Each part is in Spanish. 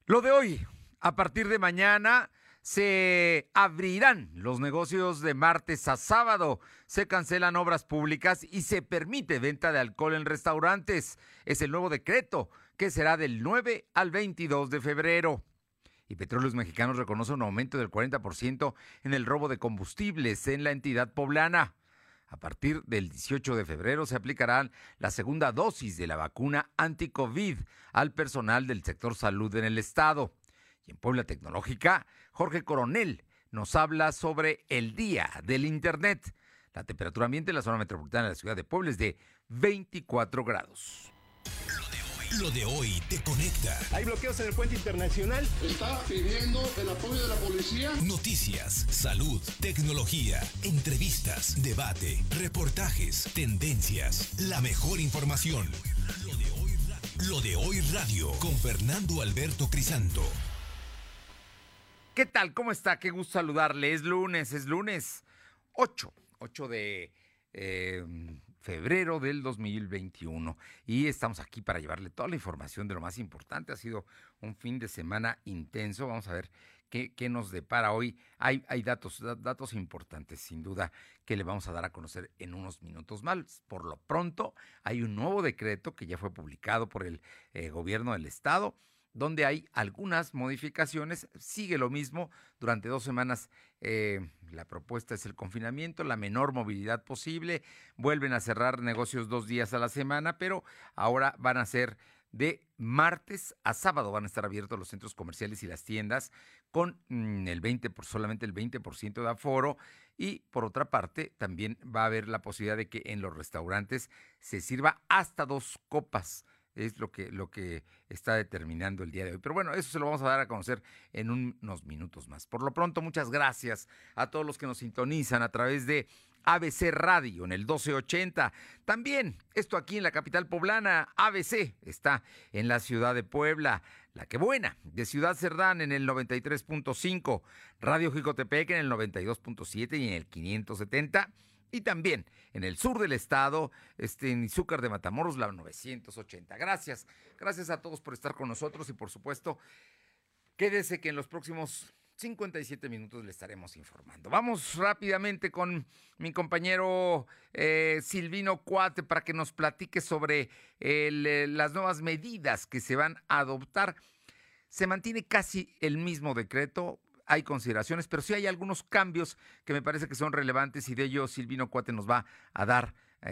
Lo de hoy, a partir de mañana se abrirán los negocios de martes a sábado, se cancelan obras públicas y se permite venta de alcohol en restaurantes. Es el nuevo decreto que será del 9 al 22 de febrero. Y Petróleos Mexicanos reconoce un aumento del 40% en el robo de combustibles en la entidad poblana. A partir del 18 de febrero se aplicará la segunda dosis de la vacuna anti-COVID al personal del sector salud en el estado. Y en Puebla Tecnológica, Jorge Coronel nos habla sobre el día del Internet. La temperatura ambiente en la zona metropolitana de la ciudad de Puebla es de 24 grados. Lo de hoy te conecta. Hay bloqueos en el puente internacional. Está pidiendo el apoyo de la policía. Noticias, salud, tecnología, entrevistas, debate, reportajes, tendencias, la mejor información. Lo de hoy radio con Fernando Alberto Crisanto. ¿Qué tal? ¿Cómo está? Qué gusto saludarle. Es lunes 8 de febrero del 2021 y estamos aquí para llevarle toda la información de lo más importante. Ha sido un fin de semana intenso. Vamos a ver qué nos depara hoy. Hay datos importantes, sin duda, que le vamos a dar a conocer en unos minutos más. Por lo pronto, hay un nuevo decreto que ya fue publicado por el gobierno del estado, donde hay algunas modificaciones. Sigue lo mismo durante 2 semanas. La propuesta es el confinamiento, la menor movilidad posible. Vuelven a cerrar negocios 2 días a la semana, pero ahora van a ser de martes a sábado. Van a estar abiertos los centros comerciales y las tiendas con solamente el 20% de aforo. Y por otra parte, también va a haber la posibilidad de que en los restaurantes se sirva hasta 2 copas. Es lo que está determinando el día de hoy. Pero bueno, eso se lo vamos a dar a conocer en unos minutos más. Por lo pronto, muchas gracias a todos los que nos sintonizan a través de ABC Radio en el 1280. También esto aquí en la capital poblana, ABC, está en la ciudad de Puebla. La Que Buena, de Ciudad Cerdán en el 93.5. Radio Jicotepec en el 92.7 y en el 570. Y también en el sur del estado, en Izúcar de Matamoros, la 980. Gracias a todos por estar con nosotros y por supuesto, quédese que en los próximos 57 minutos le estaremos informando. Vamos rápidamente con mi compañero Silvino Cuate para que nos platique sobre las nuevas medidas que se van a adoptar. Se mantiene casi el mismo decreto. Hay consideraciones, pero sí hay algunos cambios que me parece que son relevantes y de ello Silvino Cuate nos va a dar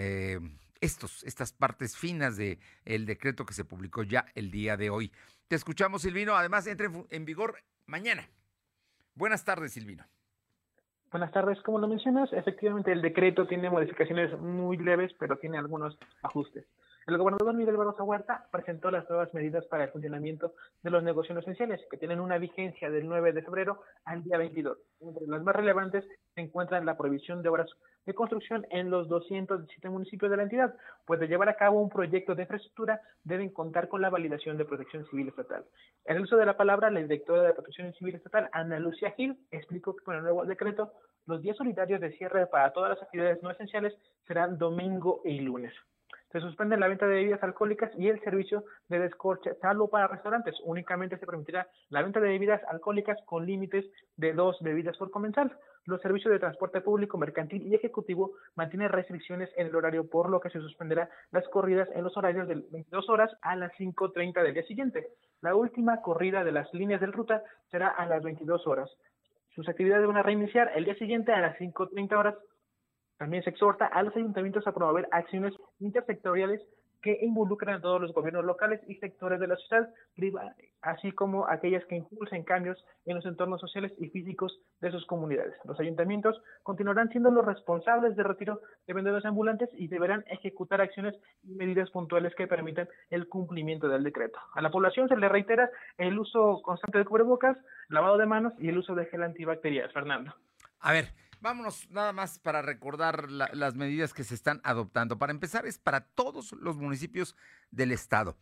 estas partes finas del decreto que se publicó ya el día de hoy. Te escuchamos, Silvino. Además, entra en vigor mañana. Buenas tardes, Silvino. Buenas tardes. Como lo mencionas, efectivamente el decreto tiene modificaciones muy leves, pero tiene algunos ajustes. El gobernador Miguel Barroso Huerta presentó las nuevas medidas para el funcionamiento de los negocios no esenciales, que tienen una vigencia del 9 de febrero al día 22. Entre las más relevantes se encuentran la prohibición de obras de construcción en los 217 municipios de la entidad, pues de llevar a cabo un proyecto de infraestructura deben contar con la validación de Protección Civil Estatal. En el uso de la palabra, la directora de Protección Civil Estatal, Ana Lucía Gil, explicó que con el nuevo decreto, los días solitarios de cierre para todas las actividades no esenciales serán domingo y lunes. Se suspende la venta de bebidas alcohólicas y el servicio de descorche, salvo para restaurantes. Únicamente se permitirá la venta de bebidas alcohólicas con límites de 2 bebidas por comensal. Los servicios de transporte público, mercantil y ejecutivo mantienen restricciones en el horario, por lo que se suspenderá las corridas en los horarios de 22 horas a las 5:30 del día siguiente. La última corrida de las líneas del ruta será a las 22 horas. Sus actividades van a reiniciar el día siguiente a las 5:30 horas. También se exhorta a los ayuntamientos a promover acciones intersectoriales que involucran a todos los gobiernos locales y sectores de la sociedad privada, así como aquellas que impulsen cambios en los entornos sociales y físicos de sus comunidades. Los ayuntamientos continuarán siendo los responsables de retiro de vendedores ambulantes y deberán ejecutar acciones y medidas puntuales que permitan el cumplimiento del decreto. A la población se le reitera el uso constante de cubrebocas, lavado de manos y el uso de gel antibacterial. Fernando. A ver, vámonos nada más para recordar las medidas que se están adoptando. Para empezar, es para todos los municipios del estado.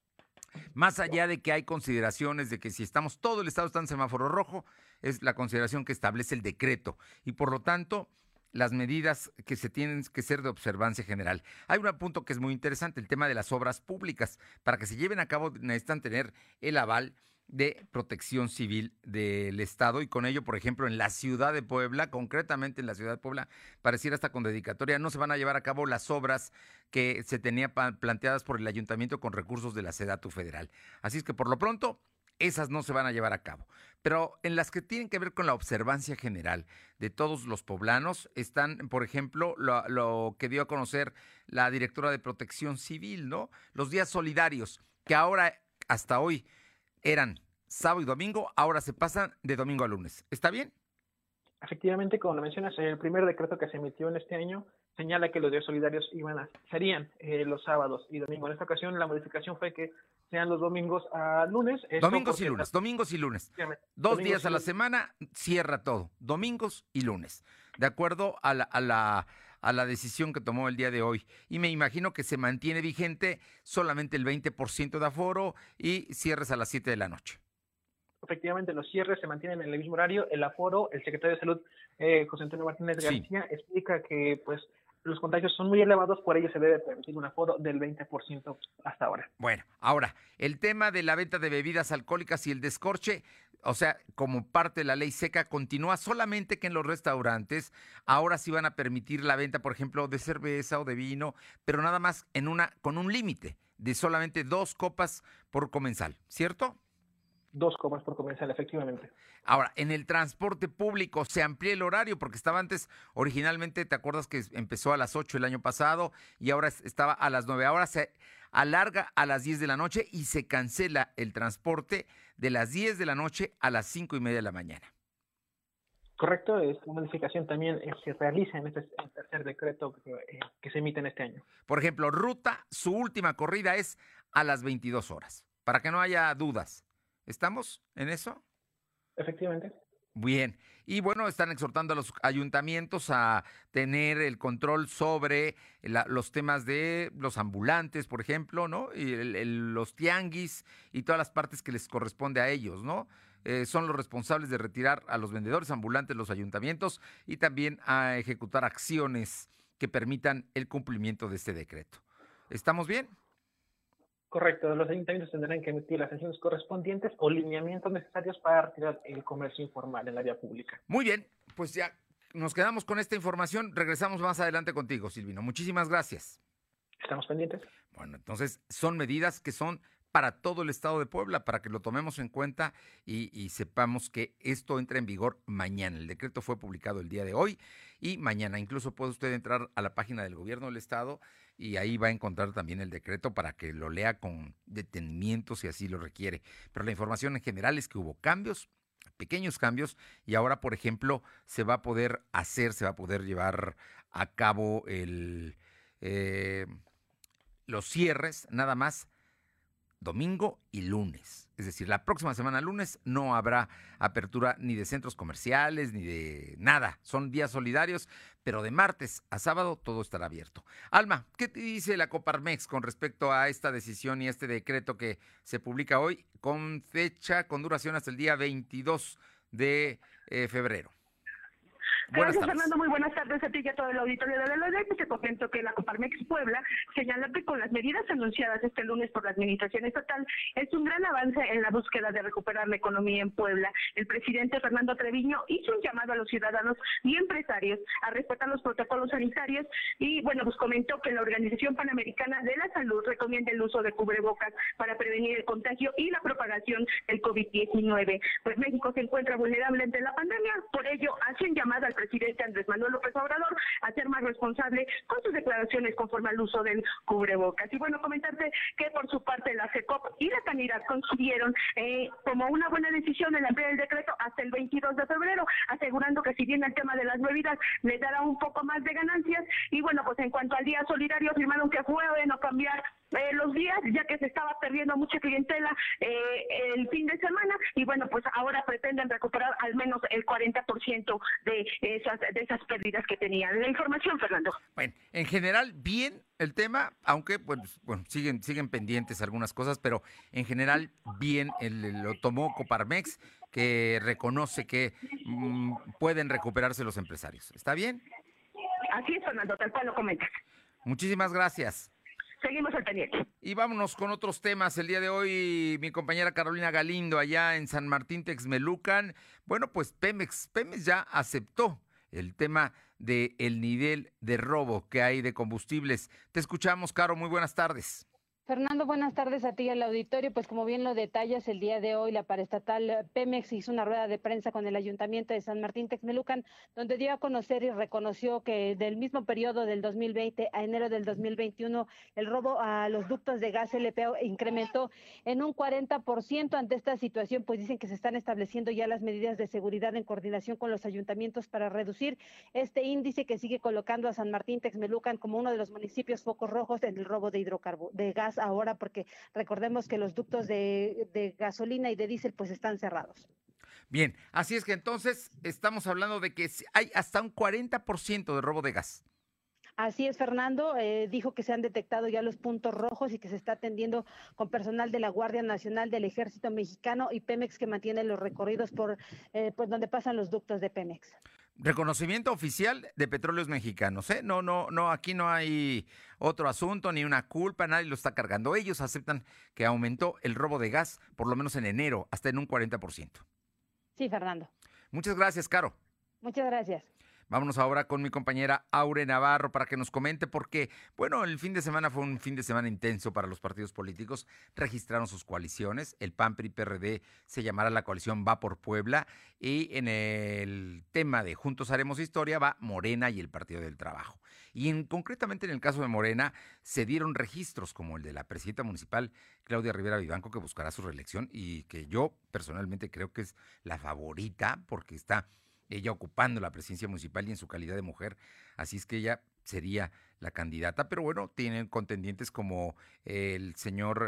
Más allá de que hay consideraciones de que si todo el estado está en semáforo rojo, es la consideración que establece el decreto. Y por lo tanto, las medidas que se tienen que ser de observancia general. Hay un punto que es muy interesante, el tema de las obras públicas. Para que se lleven a cabo necesitan tener el aval de Protección Civil del Estado y con ello, por ejemplo, en la ciudad de Puebla, concretamente en la ciudad de Puebla, pareciera hasta con dedicatoria, no se van a llevar a cabo las obras que se tenían planteadas por el ayuntamiento con recursos de la SEDATU federal. Así es que por lo pronto, esas no se van a llevar a cabo. Pero en las que tienen que ver con la observancia general de todos los poblanos están, por ejemplo, lo que dio a conocer la directora de Protección Civil, ¿no? Los días solidarios, que ahora, hasta hoy, eran sábado y domingo, ahora se pasan de domingo a lunes. ¿Está bien? Efectivamente, como lo mencionas, el primer decreto que se emitió en este año señala que los días solidarios serían los sábados y domingos. En esta ocasión la modificación fue que sean los domingos a lunes. Domingos y lunes. Dos días a la lunes. semana, cierra todo. Domingos y lunes. De acuerdo a la decisión que tomó el día de hoy. Y me imagino que se mantiene vigente solamente el 20% de aforo y cierres a las 7 de la noche. Efectivamente, los cierres se mantienen en el mismo horario. El aforo, el secretario de Salud, José Antonio Martínez García, explica que pues los contagios son muy elevados, por ello se debe permitir un aforo del 20% hasta ahora. Bueno, ahora, el tema de la venta de bebidas alcohólicas y el descorche, o sea, como parte de la ley seca, continúa, solamente que en los restaurantes ahora sí van a permitir la venta, por ejemplo, de cerveza o de vino, pero nada más con un límite de solamente 2 copas por comensal, ¿cierto? 2 copas por comensal, efectivamente. Ahora, en el transporte público se amplía el horario porque estaba antes, originalmente, ¿te acuerdas que empezó a las 8 el año pasado y ahora estaba a las 9? Ahora se alarga a las 10 de la noche y se cancela el transporte de las 10 de la noche a las 5:30 de la mañana. Correcto, esta modificación también se realiza en este tercer decreto que se emite en este año. Por ejemplo, Ruta, su última corrida es a las 22 horas, para que no haya dudas. ¿Estamos en eso? Efectivamente. Bien. Y bueno, están exhortando a los ayuntamientos a tener el control sobre los temas de los ambulantes, por ejemplo, ¿no? Y los tianguis y todas las partes que les corresponde a ellos, ¿no? Son los responsables de retirar a los vendedores ambulantes, los ayuntamientos, y también a ejecutar acciones que permitan el cumplimiento de este decreto. ¿Estamos bien? Correcto, los ayuntamientos tendrán que emitir las sanciones correspondientes o lineamientos necesarios para retirar el comercio informal en la vía pública. Muy bien, pues ya nos quedamos con esta información. Regresamos más adelante contigo, Silvino. Muchísimas gracias. ¿Estamos pendientes? Bueno, entonces son medidas que son para todo el estado de Puebla, para que lo tomemos en cuenta y sepamos que esto entra en vigor mañana. El decreto fue publicado el día de hoy y mañana incluso puede usted entrar a la página del gobierno del estado y ahí va a encontrar también el decreto para que lo lea con detenimiento si así lo requiere. Pero la información en general es que hubo cambios, pequeños cambios, y ahora, por ejemplo, se va a poder llevar a cabo los cierres nada más domingo y lunes. Es decir, la próxima semana, lunes, no habrá apertura ni de centros comerciales, ni de nada. Son días solidarios, pero de martes a sábado todo estará abierto. Alma, ¿qué te dice la Coparmex con respecto a esta decisión y a este decreto que se publica hoy con duración hasta el día 22 de febrero? Gracias, Fernando. Muy buenas tardes a ti y a todo el auditorio de Deloitte. Te comento que la Coparmex Puebla señala que con las medidas anunciadas este lunes por la Administración Estatal es un gran avance en la búsqueda de recuperar la economía en Puebla. El presidente Fernando Treviño hizo un llamado a los ciudadanos y empresarios a respetar los protocolos sanitarios y, bueno, pues comentó que la Organización Panamericana de la Salud recomienda el uso de cubrebocas para prevenir el contagio y la propagación del COVID-19. Pues México se encuentra vulnerable ante la pandemia, por ello hacen llamada al presidente Andrés Manuel López Obrador a ser más responsable con sus declaraciones conforme al uso del cubrebocas. Y bueno, comentarte que por su parte la CECOP y la Canidad consideraron como una buena decisión el ampliar el decreto hasta el 22 de febrero, asegurando que si bien el tema de las bebidas les dará un poco más de ganancias. Y bueno, pues en cuanto al día solidario, afirmaron que fue bueno cambiar los días, ya que se estaba perdiendo mucha clientela el fin de semana, y bueno, pues ahora pretenden recuperar al menos el 40% de esas pérdidas que tenían. La información, Fernando. Bueno, en general, bien el tema, aunque pues, bueno, siguen pendientes algunas cosas, pero en general, bien, lo tomó Coparmex, que reconoce que pueden recuperarse los empresarios. ¿Está bien? Así es, Fernando, tal cual lo comentas. Muchísimas gracias. seguimos al pendiente. Y vámonos con otros temas. El día de hoy, mi compañera Carolina Galindo, allá en San Martín Texmelucan, bueno, pues Pemex ya aceptó el tema del nivel de robo que hay de combustibles. Te escuchamos, Caro, muy buenas tardes. Fernando, buenas tardes a ti y al auditorio. Pues como bien lo detallas, el día de hoy la paraestatal Pemex hizo una rueda de prensa con el Ayuntamiento de San Martín Texmelucan, donde dio a conocer y reconoció que del mismo periodo del 2020 a enero del 2021, el robo a los ductos de gas LP incrementó en un 40%. Ante esta situación, pues dicen que se están estableciendo ya las medidas de seguridad en coordinación con los ayuntamientos para reducir este índice que sigue colocando a San Martín Texmelucan como uno de los municipios focos rojos en el robo de gas ahora, porque recordemos que los ductos de gasolina y de diésel pues están cerrados. Bien, así es que entonces estamos hablando de que hay hasta un 40% de robo de gas. Así es, Fernando, dijo que se han detectado ya los puntos rojos y que se está atendiendo con personal de la Guardia Nacional, del Ejército Mexicano y Pemex, que mantiene los recorridos por pues donde pasan los ductos de Pemex. Reconocimiento oficial de Petróleos Mexicanos, ¿eh? No, aquí no hay otro asunto ni una culpa, nadie lo está cargando. Ellos aceptan que aumentó el robo de gas, por lo menos en enero, hasta en un 40%. Sí, Fernando. Muchas gracias, Caro. Muchas gracias. Vámonos ahora con mi compañera Aure Navarro para que nos comente porque, bueno, el fin de semana fue un fin de semana intenso para los partidos políticos. Registraron sus coaliciones. El PAN, PRI, PRD se llamará la coalición Va por Puebla. Y en el tema de Juntos Haremos Historia va Morena y el Partido del Trabajo. Y concretamente en el caso de Morena se dieron registros como el de la presidenta municipal Claudia Rivera Vivanco, que buscará su reelección y que yo personalmente creo que es la favorita porque está ella ocupando la presidencia municipal y en su calidad de mujer, así es que ella sería la candidata, pero bueno, tienen contendientes como el señor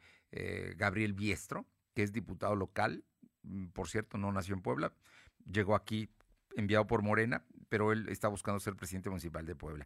Gabriel Biestro, que es diputado local, por cierto, no nació en Puebla, llegó aquí enviado por Morena, pero él está buscando ser presidente municipal de Puebla.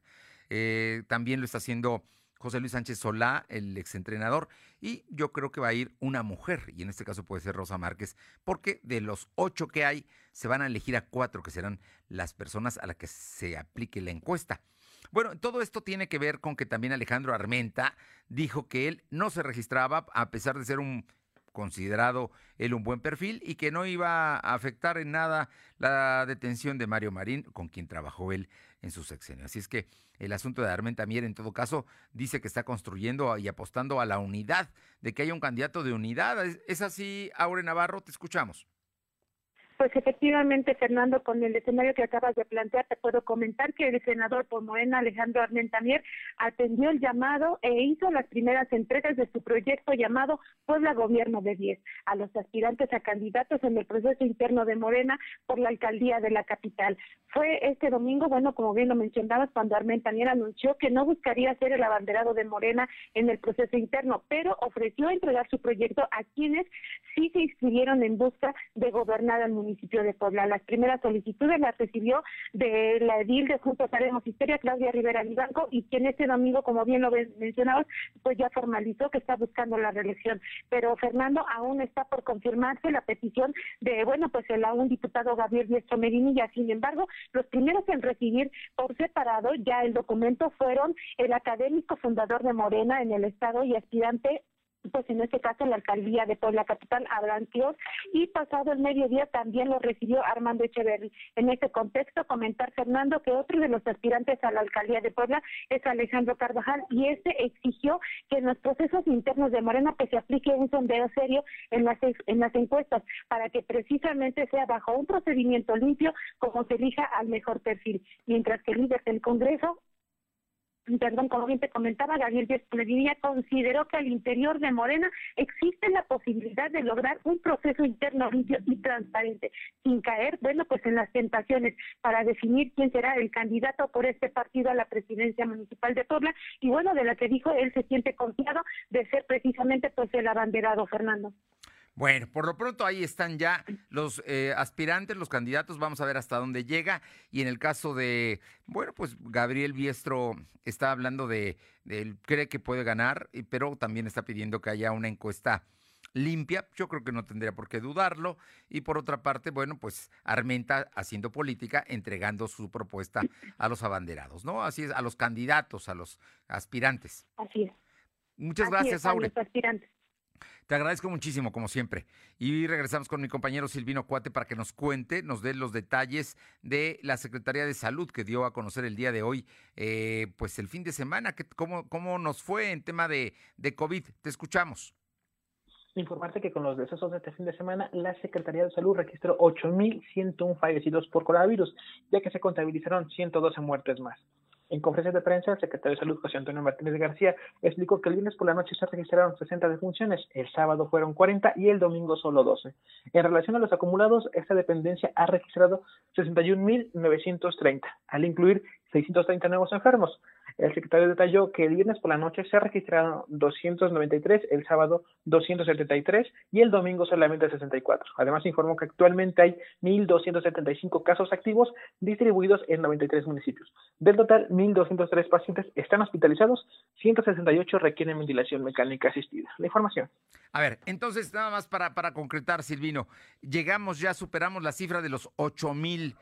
También lo está haciendo José Luis Sánchez Solá, el exentrenador, y yo creo que va a ir una mujer, y en este caso puede ser Rosa Márquez, porque de los 8 que hay, se van a elegir a 4 que serán las personas a las que se aplique la encuesta. Bueno, todo esto tiene que ver con que también Alejandro Armenta dijo que él no se registraba, a pesar de ser considerado él un buen perfil y que no iba a afectar en nada la detención de Mario Marín, con quien trabajó él en su sexenio. Así es que el asunto de Armenta Mier, en todo caso, dice que está construyendo y apostando a la unidad, de que haya un candidato de unidad. ¿Es así, Aure Navarro? Te escuchamos. Pues efectivamente, Fernando, con el escenario que acabas de plantear, te puedo comentar que el senador por Morena, Alejandro Armenta Mier, atendió el llamado e hizo las primeras entregas de su proyecto llamado Puebla Gobierno de 10 a los aspirantes a candidatos en el proceso interno de Morena por la alcaldía de la capital. Fue este domingo, bueno, como bien lo mencionabas, cuando Armenta Mier anunció que no buscaría ser el abanderado de Morena en el proceso interno, pero ofreció entregar su proyecto a quienes sí se inscribieron en busca de gobernar al municipio de Puebla. Las primeras solicitudes las recibió de la edil de Juntos Haremos Historia, Claudia Rivera Vivanco, y quien este domingo, como bien lo mencionabas, pues ya formalizó que está buscando la reelección. Pero, Fernando, aún está por confirmarse la petición de, bueno, pues el aún diputado Gabriel Biestro Medinilla. Sin embargo, los primeros en recibir por separado ya el documento fueron el académico fundador de Morena en el estado y aspirante, pues en este caso en la alcaldía de Puebla Capital, Abraham Quiroz, y pasado el mediodía también lo recibió Armando Echeverri. En este contexto, comentar, Fernando, que otro de los aspirantes a la alcaldía de Puebla es Alejandro Carvajal, y este exigió que en los procesos internos de Morena pues se aplique un sondeo serio en las encuestas, para que precisamente sea bajo un procedimiento limpio como se elija al mejor perfil, mientras que el líder del Congreso, como bien te comentaba, Gabriel Biestro Medinilla, consideró que al interior de Morena existe la posibilidad de lograr un proceso interno limpio y transparente, sin caer, bueno, pues en las tentaciones para definir quién será el candidato por este partido a la presidencia municipal de Puebla, y bueno, de la que dijo, él se siente confiado de ser precisamente pues el abanderado, Fernando. Bueno, por lo pronto ahí están ya los aspirantes, los candidatos, vamos a ver hasta dónde llega. Y en el caso de, bueno, pues Gabriel Biestro está hablando de él cree que puede ganar, pero también está pidiendo que haya una encuesta limpia. Yo creo que no tendría por qué dudarlo. Y por otra parte, bueno, pues Armenta haciendo política, entregando su propuesta a los abanderados, ¿no? Así es, a los candidatos, a los aspirantes. Así es. Muchas gracias, Aure. Te agradezco muchísimo, como siempre. Y regresamos con mi compañero Silvino Cuate para que nos cuente, nos dé los detalles de la Secretaría de Salud que dio a conocer el día de hoy, pues el fin de semana, cómo nos fue en tema de COVID. Te escuchamos. Informarte que con los decesos de este fin de semana, la Secretaría de Salud registró 8.101 fallecidos por coronavirus, ya que se contabilizaron 112 muertes más. En conferencia de prensa, el secretario de Salud, José Antonio Martínez García, explicó que el viernes por la noche se registraron 60 defunciones, el sábado fueron 40 y el domingo solo 12. En relación a los acumulados, esta dependencia ha registrado 61.930, al incluir 630 nuevos enfermos. El secretario detalló que el viernes por la noche se registraron 293, el sábado 273 y el domingo solamente 64. Además informó que actualmente hay 1.275 casos activos distribuidos en 93 municipios. Del total, 1.203 pacientes están hospitalizados, 168 requieren ventilación mecánica asistida. La información. A ver, entonces nada más para concretar, Silvino, superamos la cifra de los 8,000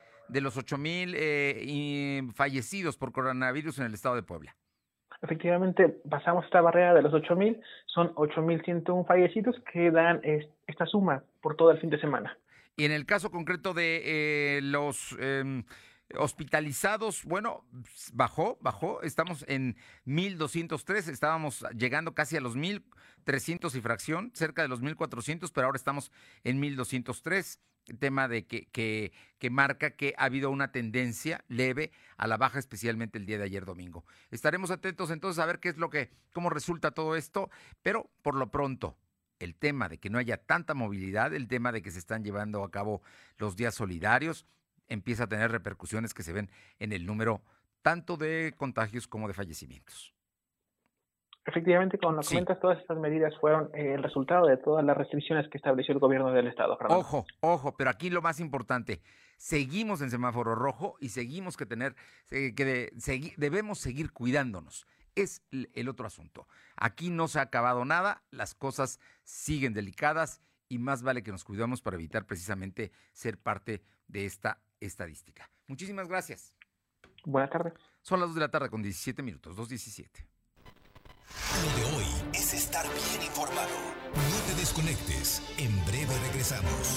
fallecidos por coronavirus en el estado de Puebla. Efectivamente, pasamos esta barrera de los 8,000, son 8.101 fallecidos que dan esta suma por todo el fin de semana. Y en el caso concreto de los hospitalizados, bueno, bajó, estamos en 1,203, estábamos llegando casi a los 1,300 y fracción, cerca de los 1,400, pero ahora estamos en 1,203. Tema de que marca que ha habido una tendencia leve a la baja, especialmente el día de ayer domingo. Estaremos atentos entonces a ver cómo resulta todo esto, pero por lo pronto, el tema de que no haya tanta movilidad, el tema de que se están llevando a cabo los días solidarios, empieza a tener repercusiones que se ven en el número tanto de contagios como de fallecimientos. Efectivamente, como lo comentas, todas estas medidas fueron el resultado de todas las restricciones que estableció el gobierno del estado, Fernando. Ojo, pero aquí lo más importante, seguimos en semáforo rojo y seguimos debemos seguir cuidándonos. Es el otro asunto. Aquí no se ha acabado nada, las cosas siguen delicadas y más vale que nos cuidemos para evitar precisamente ser parte de esta estadística. Muchísimas gracias. Buenas tardes. Son las 2 de la tarde con 17 minutos, 2:17. Lo de hoy es estar bien informado. No te desconectes. En breve regresamos.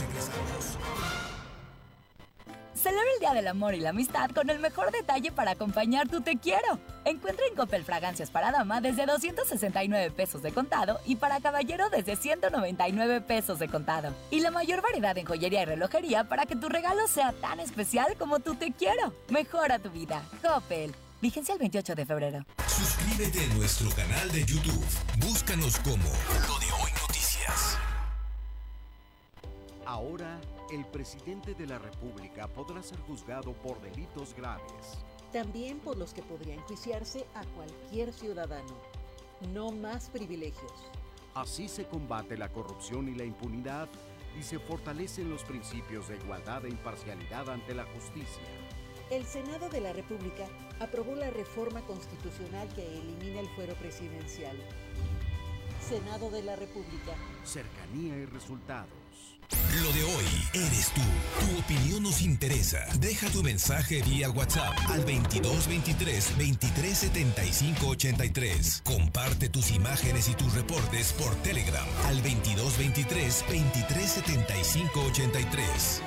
Celebra el Día del Amor y la Amistad con el mejor detalle para acompañar tu te quiero. Encuentra en Coppel fragancias para dama desde 269 pesos de contado y para caballero desde 199 pesos de contado. Y la mayor variedad en joyería y relojería para que tu regalo sea tan especial como tu te quiero. Mejora tu vida. Coppel. Vigencia el 28 de febrero. Suscríbete a nuestro canal de YouTube. Búscanos como Lo de Hoy Noticias. Ahora, el presidente de la República podrá ser juzgado por delitos graves. También por los que podría enjuiciarse a cualquier ciudadano. No más privilegios. Así se combate la corrupción y la impunidad y se fortalecen los principios de igualdad e imparcialidad ante la justicia. El Senado de la República aprobó la reforma constitucional que elimina el fuero presidencial. Senado de la República. Cercanía y resultados. Lo de hoy eres tú. Tu opinión nos interesa. Deja tu mensaje vía WhatsApp al 2223-237583. Comparte tus imágenes y tus reportes por Telegram al 2223-237583.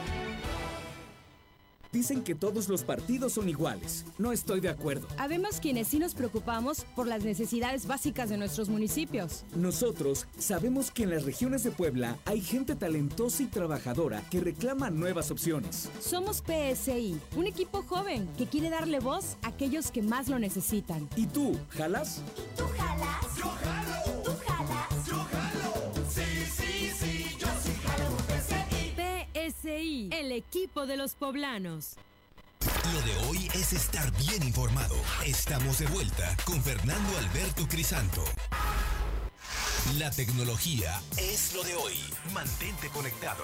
Dicen que todos los partidos son iguales. No estoy de acuerdo. Habemos quienes sí nos preocupamos por las necesidades básicas de nuestros municipios. Nosotros sabemos que en las regiones de Puebla hay gente talentosa y trabajadora que reclama nuevas opciones. Somos PSI, un equipo joven que quiere darle voz a aquellos que más lo necesitan. ¿Y tú, jalas? ¿Tú jalas? Yo jalo. ¿Tú jalas? Yo jalo. Sí, yo sí jalo. PSI, el equipo de los poblanos. Lo de hoy es estar bien informado. Estamos de vuelta con Fernando Alberto Crisanto. La tecnología es lo de hoy. Mantente conectado.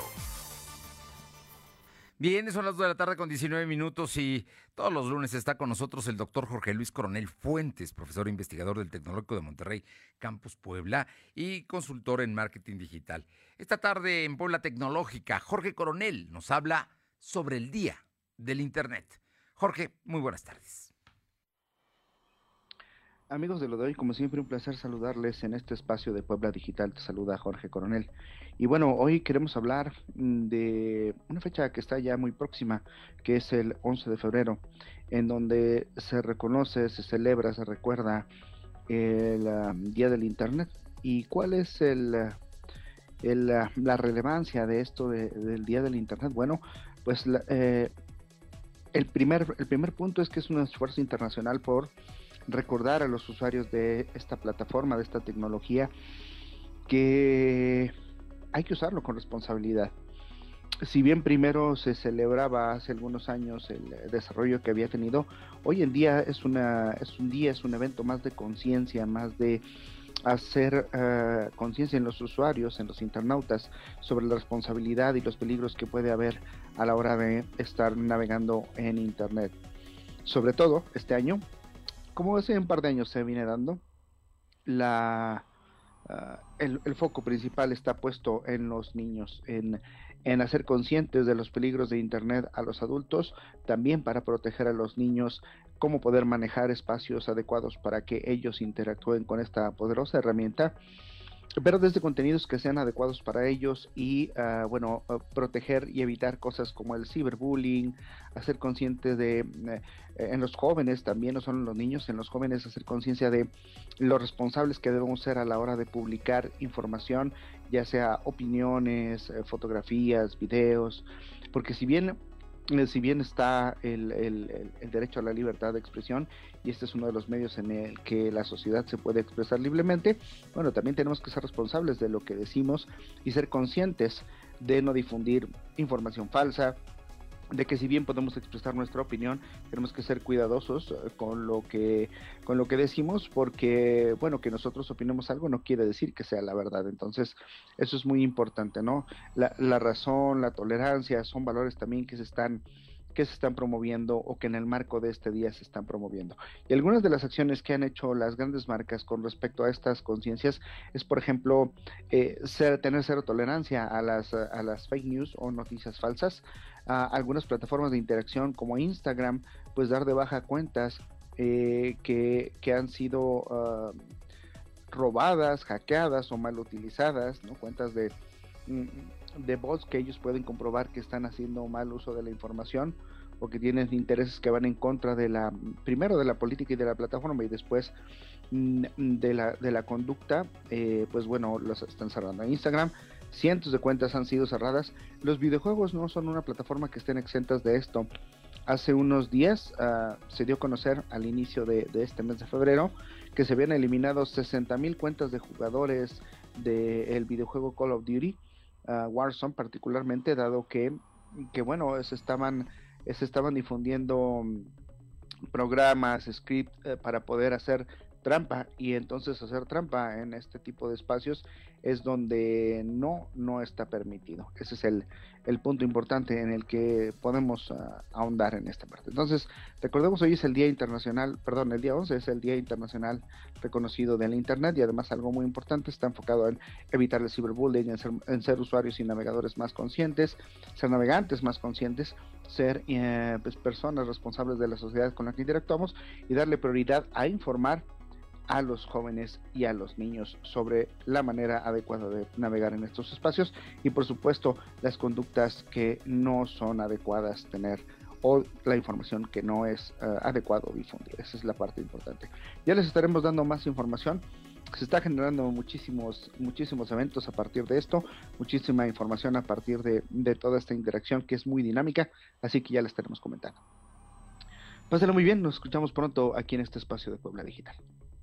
Bien, son las 2 de la tarde con 19 minutos y todos los lunes está con nosotros el doctor Jorge Luis Coronel Fuentes, profesor e investigador del Tecnológico de Monterrey, Campus Puebla y consultor en marketing digital. Esta tarde en Puebla Tecnológica, Jorge Coronel nos habla sobre el Día del Internet. Jorge, muy buenas tardes. Amigos de lo de hoy, como siempre, un placer saludarles en este espacio de Puebla Digital. Te saluda Jorge Coronel. Y bueno, hoy queremos hablar de una fecha que está ya muy próxima, que es el 11 de febrero, en donde se reconoce, se celebra, se recuerda el Día del Internet. ¿Y cuál es la relevancia de esto del Día del Internet? Bueno, pues el primer punto es que es un esfuerzo internacional por recordar a los usuarios de esta plataforma, de esta tecnología, que hay que usarlo con responsabilidad. Si bien primero se celebraba hace algunos años el desarrollo que había tenido, hoy en día es un evento más de conciencia, más de hacer conciencia en los usuarios, en los internautas, sobre la responsabilidad y los peligros que puede haber a la hora de estar navegando en Internet. Sobre todo este año, como hace un par de años se viene dando, el foco principal está puesto en los niños, en hacer conscientes de los peligros de Internet a los adultos, también para proteger a los niños, cómo poder manejar espacios adecuados para que ellos interactúen con esta poderosa herramienta, pero desde contenidos que sean adecuados para ellos y, proteger y evitar cosas como el ciberbullying, hacer consciente en los jóvenes también, no solo en los niños, en los jóvenes hacer conciencia de los responsables que debemos ser a la hora de publicar información, ya sea opiniones, fotografías, videos, porque si bien está el derecho a la libertad de expresión, y este es uno de los medios en el que la sociedad se puede expresar libremente, bueno, también tenemos que ser responsables de lo que decimos y ser conscientes de no difundir información falsa, de que si bien podemos expresar nuestra opinión, tenemos que ser cuidadosos con lo que decimos, porque, bueno, que nosotros opinemos algo no quiere decir que sea la verdad. Entonces, eso es muy importante, ¿no? La razón, la tolerancia, son valores también que se están promoviendo, o que en el marco de este día se están promoviendo. Y algunas de las acciones que han hecho las grandes marcas con respecto a estas conciencias es, por ejemplo, tener cero tolerancia a las fake news o noticias falsas. Algunas plataformas de interacción como Instagram, pues dar de baja cuentas que han sido robadas, hackeadas o mal utilizadas, ¿no? Cuentas de bots que ellos pueden comprobar que están haciendo mal uso de la información, o que tienen intereses que van en contra primero de la política y de la plataforma, y después de la conducta, pues bueno, los están cerrando. En Instagram, cientos de cuentas han sido cerradas. Los videojuegos no son una plataforma que estén exentas de esto. Hace unos días se dio a conocer al inicio de este mes de febrero que se habían eliminado 60,000 cuentas de jugadores del videojuego Call of Duty, Warzone particularmente, dado que bueno, se estaban difundiendo programas, script para poder hacer trampa, y entonces hacer trampa en este tipo de espacios es donde no está permitido. Ese es el punto importante en el que podemos ahondar en esta parte. Entonces, recordemos, hoy es el día 11 es el Día Internacional reconocido del Internet, y además algo muy importante, está enfocado en evitar el ciberbullying, en ser usuarios y navegadores más conscientes, ser navegantes más conscientes, ser pues personas responsables de la sociedad con la que interactuamos, y darle prioridad a informar a los jóvenes y a los niños sobre la manera adecuada de navegar en estos espacios, y por supuesto las conductas que no son adecuadas tener, o la información que no es adecuado difundir. Esa es la parte importante. Ya les estaremos dando más información. Se está generando muchísimos eventos a partir de esto, muchísima información a partir de toda esta interacción que es muy dinámica, así que ya les estaremos comentando. Pásenlo muy bien, nos escuchamos pronto aquí en este espacio de Puebla Digital.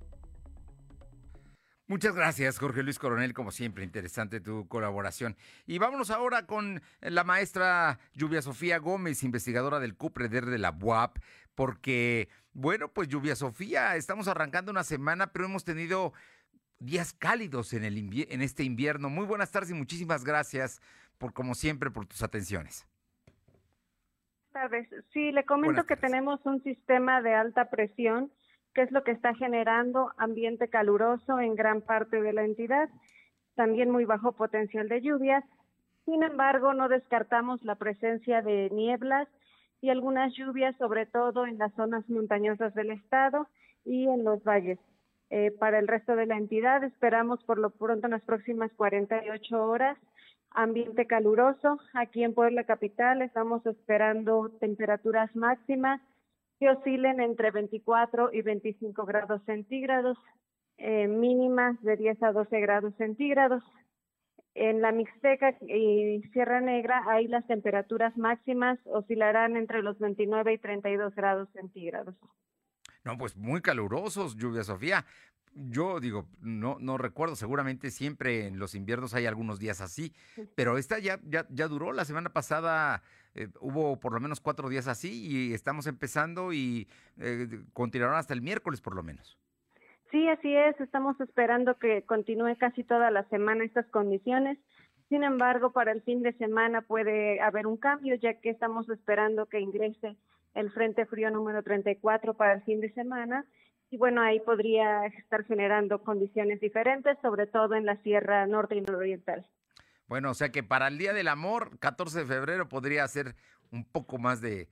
Muchas gracias, Jorge Luis Coronel, como siempre, interesante tu colaboración. Y vámonos ahora con la maestra Lluvia Sofía Gómez, investigadora del CUPREDER de la UAP, porque, bueno, pues Lluvia Sofía, estamos arrancando una semana, pero hemos tenido días cálidos en este invierno. Muy buenas tardes y muchísimas gracias, como siempre, por tus atenciones. Buenas tardes. Sí, le comento que tenemos un sistema de alta presión, que es lo que está generando ambiente caluroso en gran parte de la entidad, también muy bajo potencial de lluvias. Sin embargo, no descartamos la presencia de nieblas y algunas lluvias, sobre todo en las zonas montañosas del estado y en los valles. Para el resto de la entidad esperamos por lo pronto en las próximas 48 horas ambiente caluroso. Aquí en Puebla capital estamos esperando temperaturas máximas que oscilen entre 24 y 25 grados centígrados, mínimas de 10 a 12 grados centígrados. En la Mixteca y Sierra Negra, ahí las temperaturas máximas oscilarán entre los 29 y 32 grados centígrados. No, pues muy calurosos, Lluvia Sofía. Yo digo, no recuerdo, seguramente siempre en los inviernos hay algunos días así, pero esta ya duró. La semana pasada hubo por lo menos 4 días así y estamos empezando y continuarán hasta el miércoles por lo menos. Sí, así es, estamos esperando que continúe casi toda la semana estas condiciones. Sin embargo, para el fin de semana puede haber un cambio, ya que estamos esperando que ingrese el Frente Frío número 34 para el fin de semana. Y bueno, ahí podría estar generando condiciones diferentes, sobre todo en la Sierra Norte y Nororiental. Bueno, o sea que para el Día del Amor, 14 de febrero, podría ser un poco más de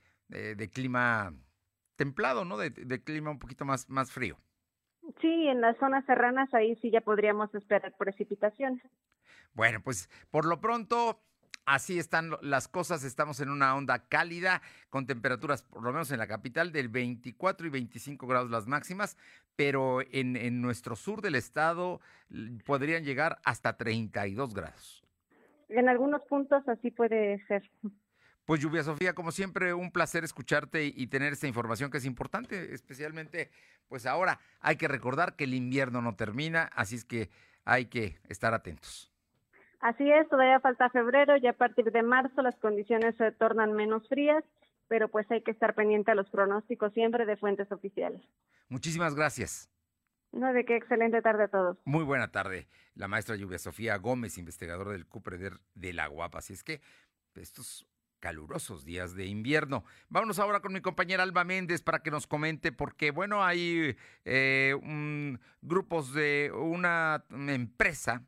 clima templado, ¿no? De clima un poquito más frío. Sí, en las zonas serranas ahí sí ya podríamos esperar precipitaciones. Bueno, pues por lo pronto así están las cosas. Estamos en una onda cálida con temperaturas, por lo menos en la capital, del 24 y 25 grados las máximas, pero en nuestro sur del estado podrían llegar hasta 32 grados. En algunos puntos así puede ser. Pues Lluvia Sofía, como siempre, un placer escucharte y tener esta información que es importante, especialmente, pues ahora hay que recordar que el invierno no termina, así es que hay que estar atentos. Así es, todavía falta febrero, ya a partir de marzo las condiciones se tornan menos frías, pero pues hay que estar pendiente a los pronósticos siempre de fuentes oficiales. Muchísimas gracias. No, de qué, excelente tarde a todos. Muy buena tarde, la maestra Lluvia Sofía Gómez, investigadora del CUPREDER de la UAP, así es que estos calurosos días de invierno. Vámonos ahora con mi compañera Alba Méndez para que nos comente, porque bueno, hay grupos de una empresa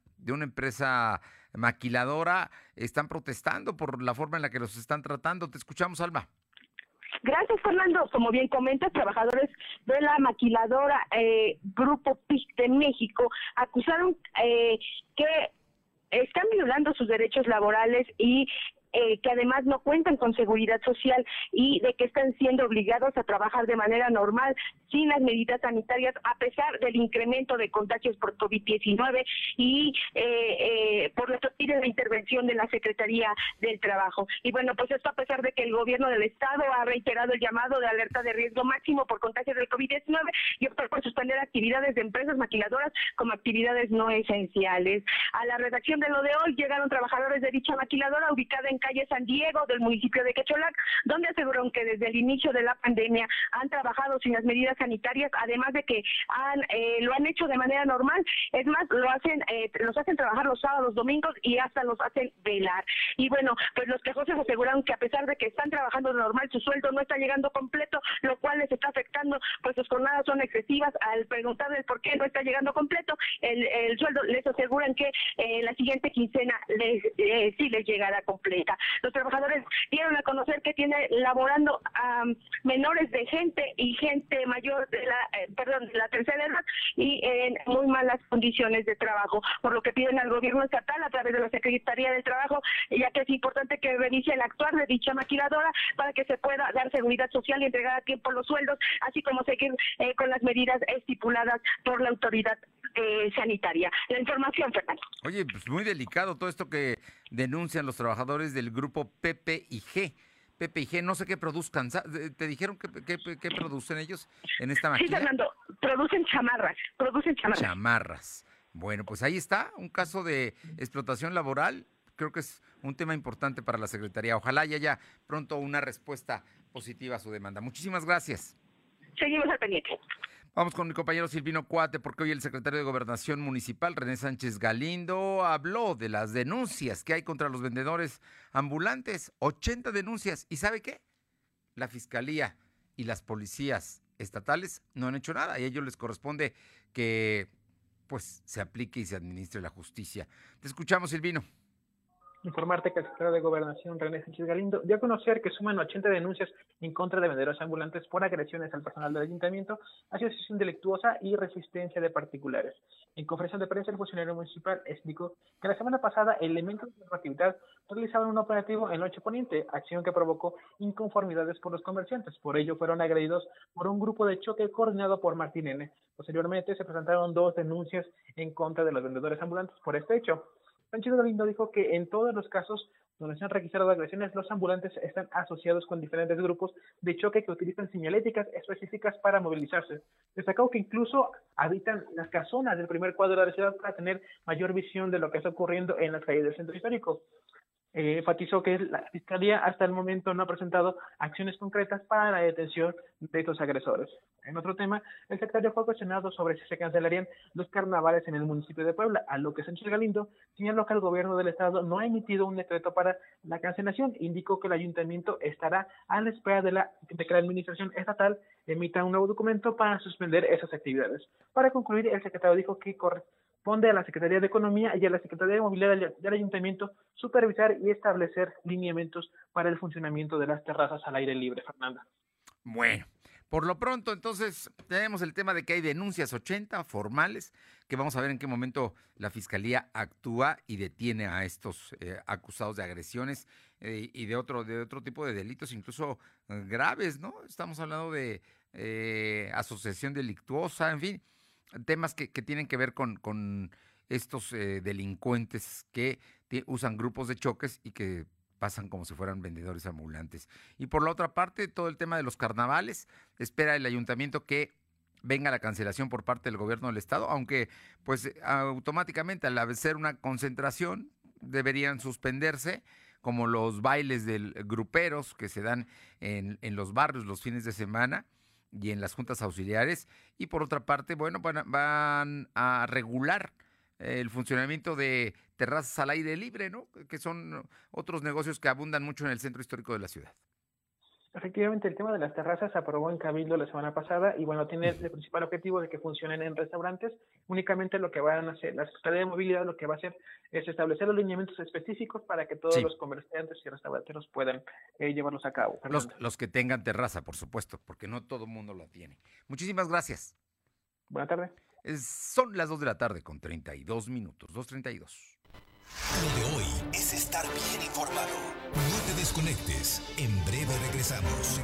maquiladora, están protestando por la forma en la que los están tratando. Te escuchamos, Alba. Gracias, Fernando. Como bien comentas, trabajadores de la maquiladora Grupo PIC de México acusaron que están violando sus derechos laborales y que además no cuentan con seguridad social y de que están siendo obligados a trabajar de manera normal sin las medidas sanitarias a pesar del incremento de contagios por COVID-19 y por la de la intervención de la Secretaría del Trabajo. Y bueno, pues esto a pesar de que el gobierno del estado ha reiterado el llamado de alerta de riesgo máximo por contagios del COVID-19 y optó por suspender actividades de empresas maquiladoras como actividades no esenciales. A la redacción de Lo de Hoy llegaron trabajadores de dicha maquiladora ubicada en calle San Diego del municipio de Quecholac, donde aseguraron que desde el inicio de la pandemia han trabajado sin las medidas sanitarias, además de que lo han hecho de manera normal. Es más, los hacen trabajar los sábados, domingos y hasta los hacen velar. Y bueno, pues los quejosos aseguraron que a pesar de que están trabajando normal, su sueldo no está llegando completo, lo cual les está afectando, pues sus jornadas son excesivas. Al preguntarles por qué no está llegando completo el sueldo, les aseguran que la siguiente quincena sí les llegará completa. Los trabajadores dieron a conocer que tiene laborando a menores de gente y gente mayor de la tercera edad y en muy malas condiciones de trabajo, por lo que piden al gobierno estatal a través de la Secretaría del Trabajo, ya que es importante que revise el actuar de dicha maquiladora para que se pueda dar seguridad social y entregar a tiempo los sueldos, así como seguir con las medidas estipuladas por la autoridad sanitaria. La información, Fernando. Oye, pues muy delicado todo esto que denuncian los trabajadores del grupo PPIG. PPIG, no sé qué produzcan. ¿Te dijeron qué producen ellos en esta máquina? Sí, Fernando, producen chamarras. Chamarras. Bueno, pues ahí está, un caso de explotación laboral. Creo que es un tema importante para la Secretaría. Ojalá haya pronto una respuesta positiva a su demanda. Muchísimas gracias. Seguimos al pendiente. Vamos con mi compañero Silvino Cuate, porque hoy el secretario de Gobernación Municipal, René Sánchez Galindo, habló de las denuncias que hay contra los vendedores ambulantes. 80 denuncias. ¿Y sabe qué? La Fiscalía y las policías estatales no han hecho nada y a ellos les corresponde que pues se aplique y se administre la justicia. Te escuchamos, Silvino. Informarte que el secretario de Gobernación, René Sánchez Galindo, dio a conocer que suman 80 denuncias en contra de vendedores ambulantes por agresiones al personal del ayuntamiento, asociación delictuosa y resistencia de particulares. En conferencia de prensa, el funcionario municipal explicó que la semana pasada elementos de la actividad realizaban un operativo en Noche Poniente, acción que provocó inconformidades por los comerciantes. Por ello, fueron agredidos por un grupo de choque coordinado por Martín N. Posteriormente, se presentaron 2 denuncias en contra de los vendedores ambulantes por este hecho. Sánchez Galindo dijo que en todos los casos donde se han registrado agresiones, los ambulantes están asociados con diferentes grupos de choque que utilizan señaléticas específicas para movilizarse. Destacó que incluso habitan las casonas del primer cuadro de la ciudad para tener mayor visión de lo que está ocurriendo en las calles del centro histórico. Enfatizó que la Fiscalía hasta el momento no ha presentado acciones concretas para la detención de estos agresores. En otro tema, el secretario fue cuestionado sobre si se cancelarían los carnavales en el municipio de Puebla, a lo que Sánchez Galindo señaló que el gobierno del estado no ha emitido un decreto para la cancelación. Indicó que el ayuntamiento estará a la espera de que la administración estatal emita un nuevo documento para suspender esas actividades. Para concluir, el secretario dijo que corresponde a la Secretaría de Economía y a la Secretaría de Movilidad del Ayuntamiento supervisar y establecer lineamientos para el funcionamiento de las terrazas al aire libre, Fernanda. Bueno, por lo pronto, entonces, tenemos el tema de que hay denuncias 80 formales, que vamos a ver en qué momento la Fiscalía actúa y detiene a estos acusados de agresiones y de otro tipo de delitos, incluso graves, ¿no? Estamos hablando de asociación delictuosa, en fin, temas que tienen que ver con estos delincuentes que usan grupos de choques y que pasan como si fueran vendedores ambulantes. Y por la otra parte, todo el tema de los carnavales, espera el ayuntamiento que venga la cancelación por parte del gobierno del estado, aunque pues automáticamente al ser una concentración deberían suspenderse, como los bailes del gruperos que se dan en los barrios los fines de semana y en las juntas auxiliares. Y por otra parte, bueno, van a regular el funcionamiento de terrazas al aire libre, ¿no? Que son otros negocios que abundan mucho en el centro histórico de la ciudad. Efectivamente, el tema de las terrazas se aprobó en Cabildo la semana pasada y bueno, tiene el principal objetivo de que funcionen en restaurantes. Únicamente lo que van a hacer, la Secretaría de Movilidad lo que va a hacer es establecer los lineamientos específicos para que todos los comerciantes y restauranteros puedan llevarlos a cabo. Los que tengan terraza, por supuesto, porque no todo el mundo la tiene. Muchísimas gracias. Buenas tardes. Son las 2 de la tarde con 32 minutos, 2:32. Lo de hoy es estar bien informado. No te desconectes. En breve regresamos.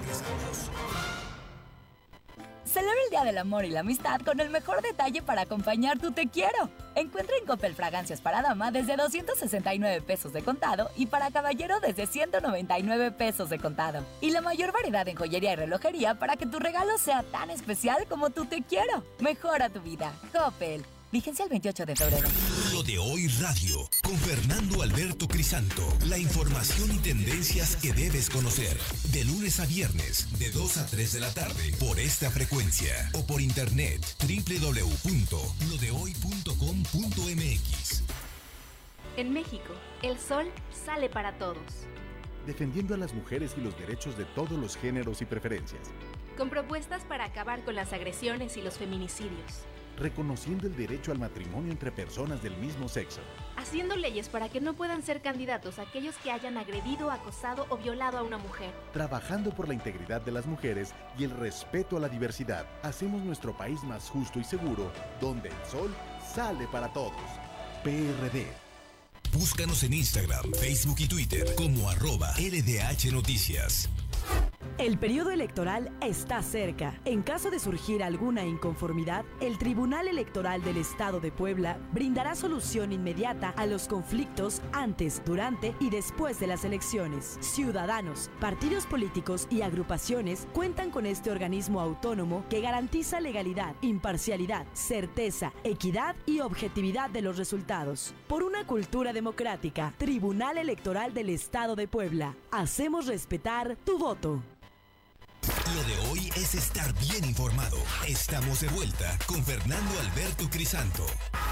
Celebra el Día del Amor y la Amistad con el mejor detalle para acompañar tu te quiero. Encuentra en Coppel fragancias para dama desde 269 pesos de contado y para caballero desde 199 pesos de contado. Y la mayor variedad en joyería y relojería para que tu regalo sea tan especial como tu te quiero. Mejora tu vida. Coppel. Vigencia el 28 de febrero. Lo de hoy radio, con Fernando Alberto Crisanto. La información y tendencias que debes conocer. De lunes a viernes, de 2 a 3 de la tarde, por esta frecuencia. O por internet, www.lodehoy.com.mx. En México, el sol sale para todos. Defendiendo a las mujeres y los derechos de todos los géneros y preferencias. Con propuestas para acabar con las agresiones y los feminicidios. Reconociendo el derecho al matrimonio entre personas del mismo sexo. Haciendo leyes para que no puedan ser candidatos aquellos que hayan agredido, acosado o violado a una mujer. Trabajando por la integridad de las mujeres y el respeto a la diversidad. Hacemos nuestro país más justo y seguro, donde el sol sale para todos. PRD. Búscanos en Instagram, Facebook y Twitter como @LDH Noticias. El periodo electoral está cerca. En caso de surgir alguna inconformidad, el Tribunal Electoral del Estado de Puebla brindará solución inmediata a los conflictos antes, durante y después de las elecciones. Ciudadanos, partidos políticos y agrupaciones cuentan con este organismo autónomo que garantiza legalidad, imparcialidad, certeza, equidad y objetividad de los resultados. Por una cultura democrática, Tribunal Electoral del Estado de Puebla. Hacemos respetar tu voto. Lo de hoy es estar bien informado. Estamos de vuelta con Fernando Alberto Crisanto.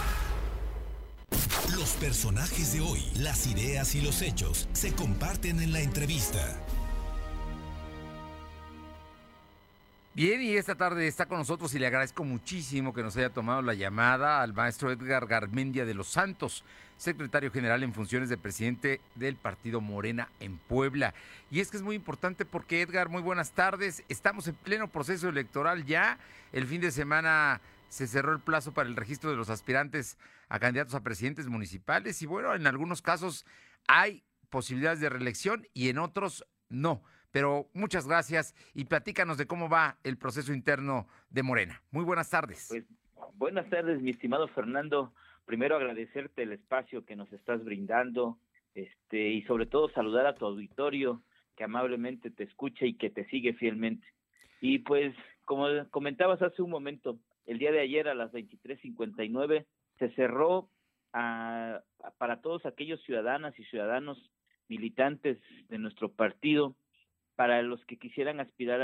Los personajes de hoy, las ideas y los hechos se comparten en la entrevista. Bien, y esta tarde está con nosotros y le agradezco muchísimo que nos haya tomado la llamada al maestro Edgar Garmendia de los Santos, secretario general en funciones de presidente del partido Morena en Puebla. Y es que es muy importante porque, Edgar, muy buenas tardes. Estamos en pleno proceso electoral ya. El fin de semana se cerró el plazo para el registro de los aspirantes a candidatos a presidentes municipales y bueno, en algunos casos hay posibilidades de reelección y en otros no. Pero muchas gracias y platícanos de cómo va el proceso interno de Morena. Muy buenas tardes. Pues, buenas tardes, mi estimado Fernando. Primero agradecerte el espacio que nos estás brindando, y sobre todo saludar a tu auditorio que amablemente te escucha y que te sigue fielmente. Y pues, como comentabas hace un momento, el día de ayer a las 23:59 se cerró para todos aquellos ciudadanas y ciudadanos militantes de nuestro partido, para los que quisieran aspirar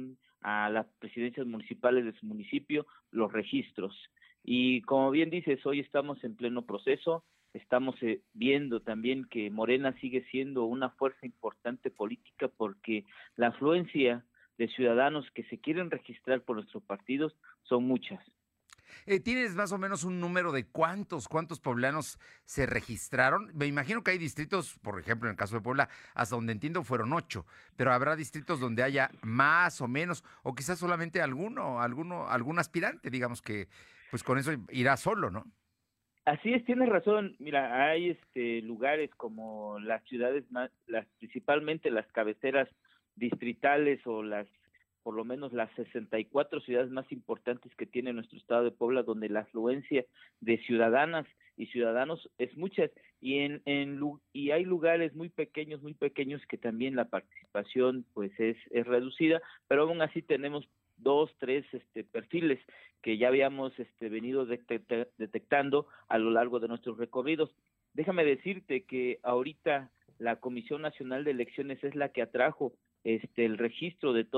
a las presidencias municipales de su municipio, los registros. Y como bien dices, hoy estamos en pleno proceso, estamos viendo también que Morena sigue siendo una fuerza importante política porque la afluencia de ciudadanos que se quieren registrar por nuestros partidos son muchas. ¿Tienes más o menos un número de cuántos poblanos se registraron? Me imagino que hay distritos, por ejemplo, en el caso de Puebla, hasta donde entiendo fueron 8, pero habrá distritos donde haya más o menos, o quizás solamente algún aspirante, digamos que pues con eso irá solo, ¿no? Así es, tienes razón. Mira, hay lugares como las ciudades principalmente las cabeceras distritales o por lo menos las 64 ciudades más importantes que tiene nuestro estado de Puebla, donde la afluencia de ciudadanas y ciudadanos es mucha, y hay lugares muy pequeños que también la participación pues es reducida, pero aún así tenemos 2, 3 perfiles que ya habíamos venido detectando a lo largo de nuestros recorridos. Déjame decirte que ahorita la Comisión Nacional de Elecciones es la que atrajo el registro de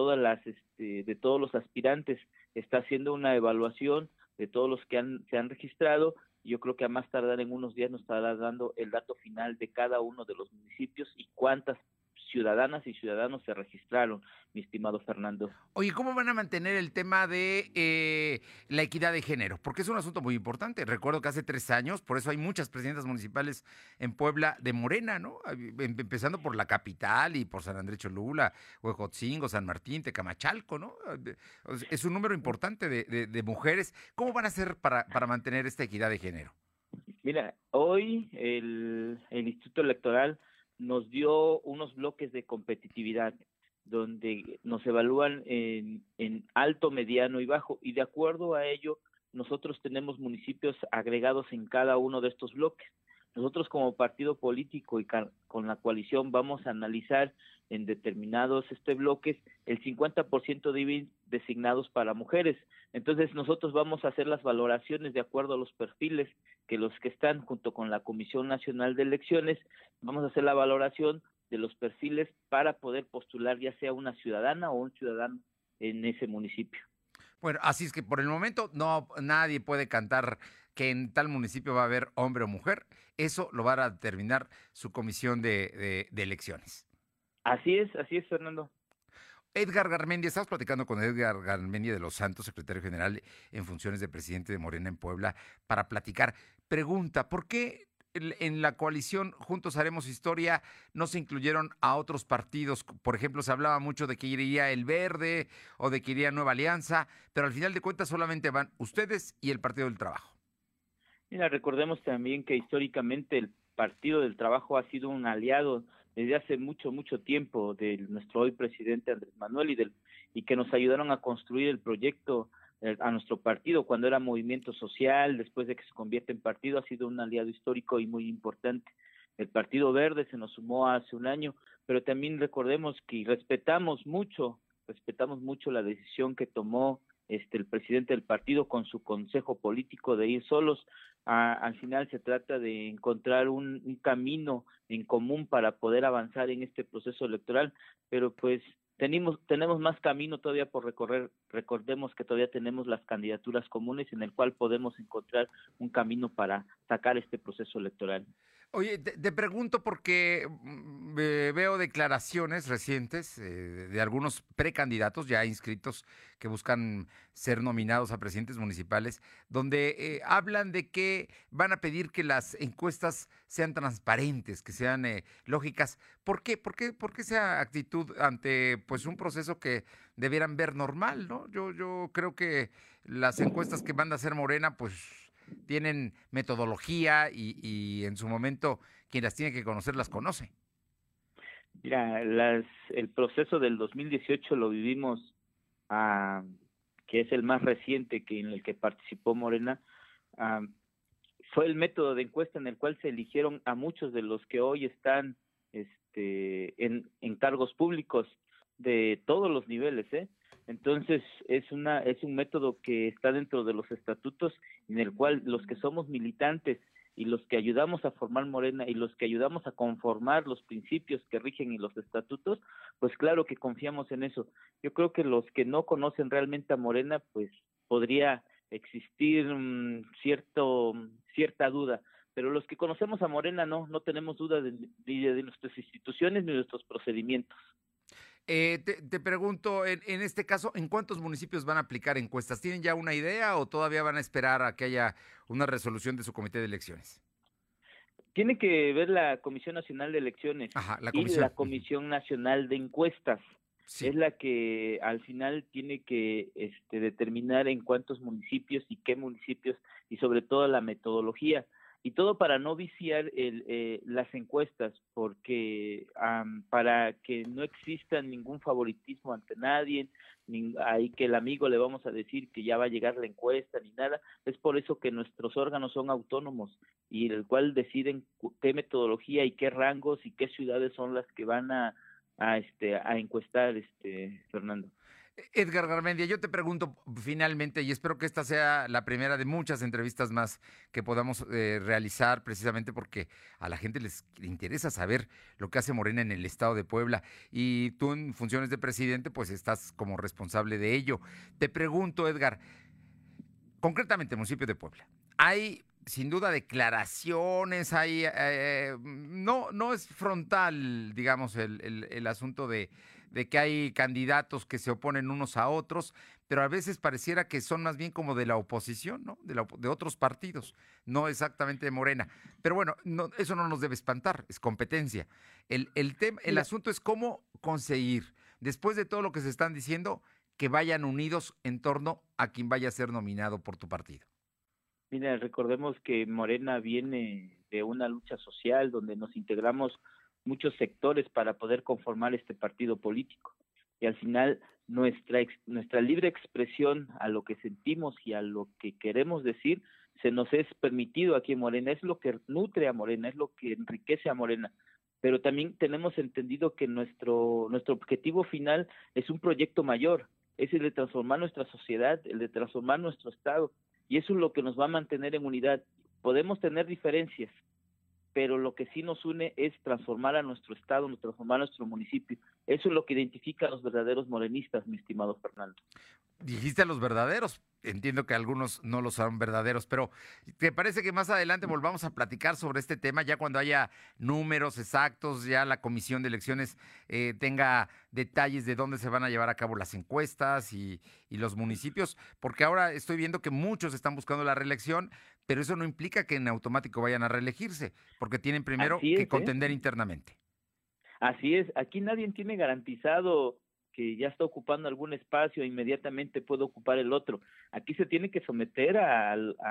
de todos los aspirantes, está haciendo una evaluación de todos los que se han registrado. Yo creo que a más tardar en unos días nos estará dando el dato final de cada uno de los municipios y cuántas ciudadanas y ciudadanos se registraron, mi estimado Fernando. Oye, ¿cómo van a mantener el tema de la equidad de género? Porque es un asunto muy importante. Recuerdo que hace 3 años, por eso hay muchas presidentas municipales en Puebla de Morena, ¿no? Empezando por la capital y por San Andrés Cholula, Huejotzingo, San Martín, Tecamachalco, ¿no? Es un número importante de mujeres. ¿Cómo van a hacer para mantener esta equidad de género? Mira, hoy el Instituto Electoral nos dio unos bloques de competitividad donde nos evalúan en alto, mediano y bajo, y de acuerdo a ello nosotros tenemos municipios agregados en cada uno de estos bloques. Nosotros como partido político y con la coalición vamos a analizar en determinados bloques el 50% designados para mujeres. Entonces nosotros vamos a hacer las valoraciones de acuerdo a los perfiles que los que están junto con la Comisión Nacional de Elecciones, vamos a hacer la valoración de los perfiles para poder postular ya sea una ciudadana o un ciudadano en ese municipio. Bueno, así es que por el momento nadie puede cantar que en tal municipio va a haber hombre o mujer. Eso lo va a determinar su comisión de elecciones. Así es, Fernando. Edgar Garmendia, estamos platicando con Edgar Garmendia de los Santos, secretario general en funciones de presidente de Morena en Puebla, para platicar. Pregunta, ¿por qué en la coalición Juntos Haremos Historia no se incluyeron a otros partidos? Por ejemplo, se hablaba mucho de que iría el Verde o de que iría Nueva Alianza, pero al final de cuentas solamente van ustedes y el Partido del Trabajo. Mira, recordemos también que históricamente el Partido del Trabajo ha sido un aliado desde hace mucho tiempo de nuestro hoy presidente Andrés Manuel y que nos ayudaron a construir el proyecto a nuestro partido cuando era movimiento social. Después de que se convierte en partido, ha sido un aliado histórico y muy importante. El Partido Verde se nos sumó hace un año, pero también recordemos que respetamos mucho la decisión que tomó el presidente del partido con su consejo político de ir solos. Al final se trata de encontrar un camino en común para poder avanzar en este proceso electoral, pero pues tenemos más camino todavía por recorrer. Recordemos que todavía tenemos las candidaturas comunes en el cual podemos encontrar un camino para sacar este proceso electoral. Oye, te pregunto porque veo declaraciones recientes de algunos precandidatos ya inscritos que buscan ser nominados a presidentes municipales, donde hablan de que van a pedir que las encuestas sean transparentes, que sean lógicas. ¿Por qué? ¿Por qué esa actitud ante pues un proceso que debieran ver normal, ¿no? Yo creo que las encuestas que manda a hacer Morena, pues tienen metodología y en su momento quien las tiene que conocer las conoce. Mira, el proceso del 2018 lo vivimos, que es el más reciente en el que participó Morena. Fue el método de encuesta en el cual se eligieron a muchos de los que hoy están en cargos públicos de todos los niveles, Entonces es un método que está dentro de los estatutos, en el cual los que somos militantes y los que ayudamos a formar Morena y los que ayudamos a conformar los principios que rigen en los estatutos, pues claro que confiamos en eso. Yo creo que los que no conocen realmente a Morena, pues podría existir cierta duda, pero los que conocemos a Morena no tenemos duda de nuestras instituciones ni de nuestros procedimientos. Te pregunto, en este caso, ¿en cuántos municipios van a aplicar encuestas? ¿Tienen ya una idea o todavía van a esperar a que haya una resolución de su comité de elecciones? Tiene que ver la Comisión Nacional de Elecciones y la Comisión Nacional de Encuestas. Sí. Es la que al final tiene que determinar en cuántos municipios y qué municipios y sobre todo la metodología. Y todo para no viciar las encuestas, porque para que no exista ningún favoritismo ante nadie, ahí que el amigo le vamos a decir que ya va a llegar la encuesta ni nada, es por eso que nuestros órganos son autónomos y el cual deciden qué metodología y qué rangos y qué ciudades son las que van a encuestar, Fernando. Edgar Garmendia, yo te pregunto finalmente, y espero que esta sea la primera de muchas entrevistas más que podamos realizar, precisamente porque a la gente les interesa saber lo que hace Morena en el estado de Puebla, y tú en funciones de presidente pues estás como responsable de ello. Te pregunto, Edgar, concretamente municipio de Puebla, hay sin duda declaraciones, hay no es frontal, digamos, el asunto de que hay candidatos que se oponen unos a otros, pero a veces pareciera que son más bien como de la oposición, ¿no? De otros partidos, no exactamente de Morena. Pero bueno, eso no nos debe espantar, es competencia. El asunto es cómo conseguir, después de todo lo que se están diciendo, que vayan unidos en torno a quien vaya a ser nominado por tu partido. Mira, recordemos que Morena viene de una lucha social donde nos integramos muchos sectores para poder conformar este partido político. Y al final nuestra libre expresión a lo que sentimos y a lo que queremos decir se nos es permitido aquí en Morena. Es lo que nutre a Morena, es lo que enriquece a Morena. Pero también tenemos entendido que nuestro objetivo final es un proyecto mayor, es el de transformar nuestra sociedad, el de transformar nuestro estado. Y eso es lo que nos va a mantener en unidad. Podemos tener diferencias, pero lo que sí nos une es transformar a nuestro estado, transformar a nuestro municipio. Eso es lo que identifica a los verdaderos morenistas, mi estimado Fernando. Dijiste a los verdaderos, entiendo que algunos no lo son verdaderos, pero ¿te parece que más adelante volvamos a platicar sobre este tema, ya cuando haya números exactos, ya la Comisión de Elecciones tenga detalles de dónde se van a llevar a cabo las encuestas y los municipios? Porque ahora estoy viendo que muchos están buscando la reelección, pero eso no implica que en automático vayan a reelegirse, porque tienen primero que contender internamente. Así es, aquí nadie tiene garantizado que ya está ocupando algún espacio e inmediatamente puede ocupar el otro. Aquí se tiene que someter a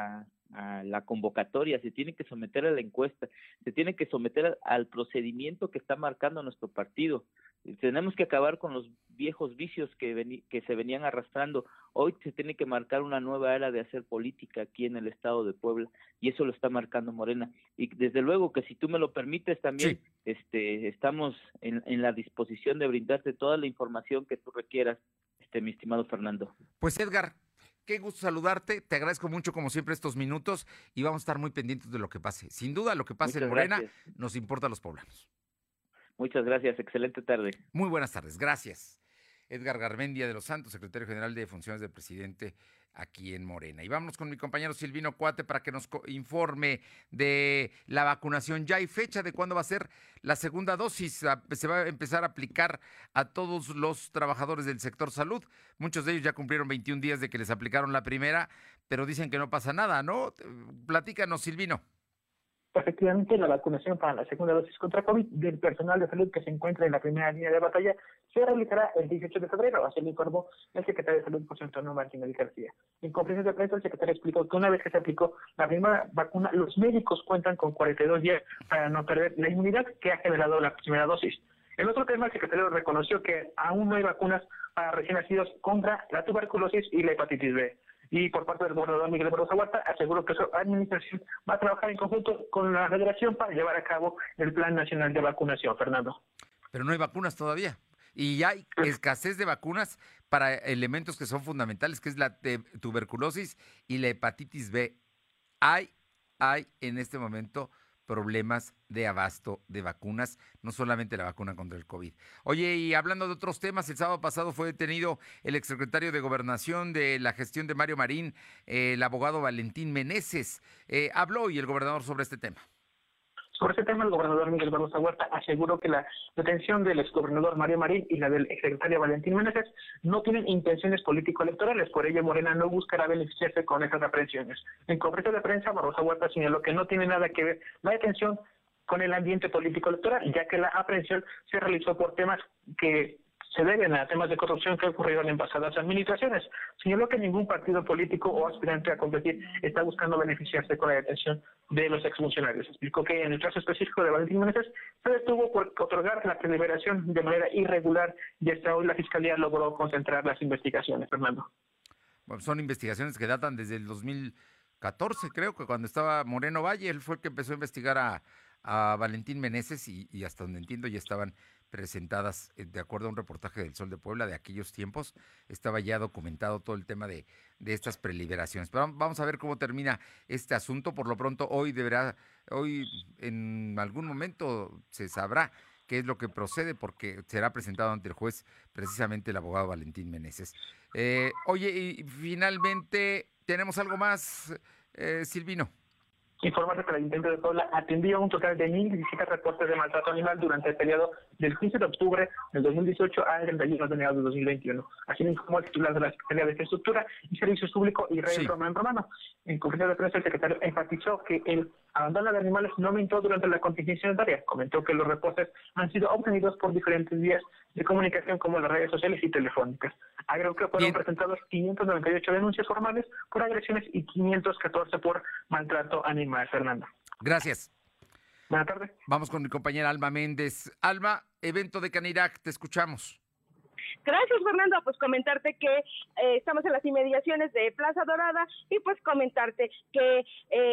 la convocatoria, se tiene que someter a la encuesta, se tiene que someter al procedimiento que está marcando nuestro partido. Tenemos que acabar con los viejos vicios que se venían arrastrando. Hoy se tiene que marcar una nueva era de hacer política aquí en el estado de Puebla, y eso lo está marcando Morena. Y desde luego que si tú me lo permites también, estamos en la disposición de brindarte toda la información que tú requieras, mi estimado Fernando. Pues Edgar, qué gusto saludarte, te agradezco mucho como siempre estos minutos y vamos a estar muy pendientes de lo que pase. Sin duda lo que pase en Morena nos importa a los poblanos. Muchas gracias, excelente tarde. Muy buenas tardes, gracias. Edgar Garmendia de los Santos, secretario general de Funciones del Presidente aquí en Morena. Y vámonos con mi compañero Silvino Cuate para que nos informe de la vacunación. Ya hay fecha de cuándo va a ser la segunda dosis. Se va a empezar a aplicar a todos los trabajadores del sector salud. Muchos de ellos ya cumplieron 21 días de que les aplicaron la primera, pero dicen que no pasa nada, ¿no? Platícanos, Silvino. Efectivamente, la vacunación para la segunda dosis contra COVID del personal de salud que se encuentra en la primera línea de batalla se realizará el 18 de febrero, así lo informó el secretario de Salud, José Antonio Martínez García. En conferencia de prensa, el secretario explicó que una vez que se aplicó la primera vacuna, los médicos cuentan con 42 días para no perder la inmunidad que ha generado la primera dosis. El otro tema, el secretario reconoció que aún no hay vacunas para recién nacidos contra la tuberculosis y la hepatitis B. Y por parte del gobernador Miguel Barbosa Huerta aseguró que su administración va a trabajar en conjunto con la federación para llevar a cabo el Plan Nacional de Vacunación, Fernando. Pero no hay vacunas todavía. Y ya hay escasez de vacunas para elementos que son fundamentales, que es la tuberculosis y la hepatitis B. Hay en este momento problemas de abasto de vacunas, no solamente la vacuna contra el COVID. Oye, y hablando de otros temas, el sábado pasado fue detenido el exsecretario de Gobernación de la gestión de Mario Marín, el abogado Valentín Meneses. Habló hoy el gobernador sobre este tema. Sobre este tema, el gobernador Miguel Barbosa Huerta aseguró que la detención del exgobernador Mario Marín y la del exsecretario Valentín Meneses no tienen intenciones político-electorales, por ello Morena no buscará beneficiarse con esas aprehensiones. En conferencia de prensa, Barbosa Huerta señaló que no tiene nada que ver la detención con el ambiente político-electoral, ya que la aprehensión se realizó por temas que se deben a temas de corrupción que ocurrieron en pasadas administraciones. Señaló que ningún partido político o aspirante a competir está buscando beneficiarse con la detención de los exfuncionarios. Explicó que en el caso específico de Valentín Meneses se detuvo por otorgar la deliberación de manera irregular y hasta hoy la Fiscalía logró concentrar las investigaciones, Fernando. Bueno, son investigaciones que datan desde el 2014, creo que cuando estaba Moreno Valle, él fue el que empezó a investigar a Valentín Meneses y hasta donde entiendo ya estaban presentadas, de acuerdo a un reportaje del Sol de Puebla de aquellos tiempos, estaba ya documentado todo el tema de estas preliberaciones. Pero vamos a ver cómo termina este asunto. Por lo pronto, hoy en algún momento se sabrá qué es lo que procede, porque será presentado ante el juez precisamente el abogado Valentín Meneses. Oye, y finalmente, ¿tenemos algo más, Silvino? Informarse que el Ayuntamiento de Puebla atendió un total de 1,017 reportes de maltrato animal durante el periodo del 15 de octubre del 2018 al 31 de enero del 2021. Así lo informó el titular de la Secretaría de Infraestructura y Servicios Públicos, Israel Román Romano. En conferencia de prensa, el secretario enfatizó que el abandono de animales no aumentó durante la contingencia sanitaria. Comentó que los reportes han sido obtenidos por diferentes vías de comunicación como las redes sociales y telefónicas. Agregó que fueron presentados 598 denuncias formales por agresiones y 514 por maltrato animal. Fernando. Gracias. Buenas tardes. Vamos con mi compañera Alma Méndez. Alma, evento de Canirac, te escuchamos. Gracias, Fernando. Pues comentarte que estamos en las inmediaciones de Plaza Dorada y pues comentarte que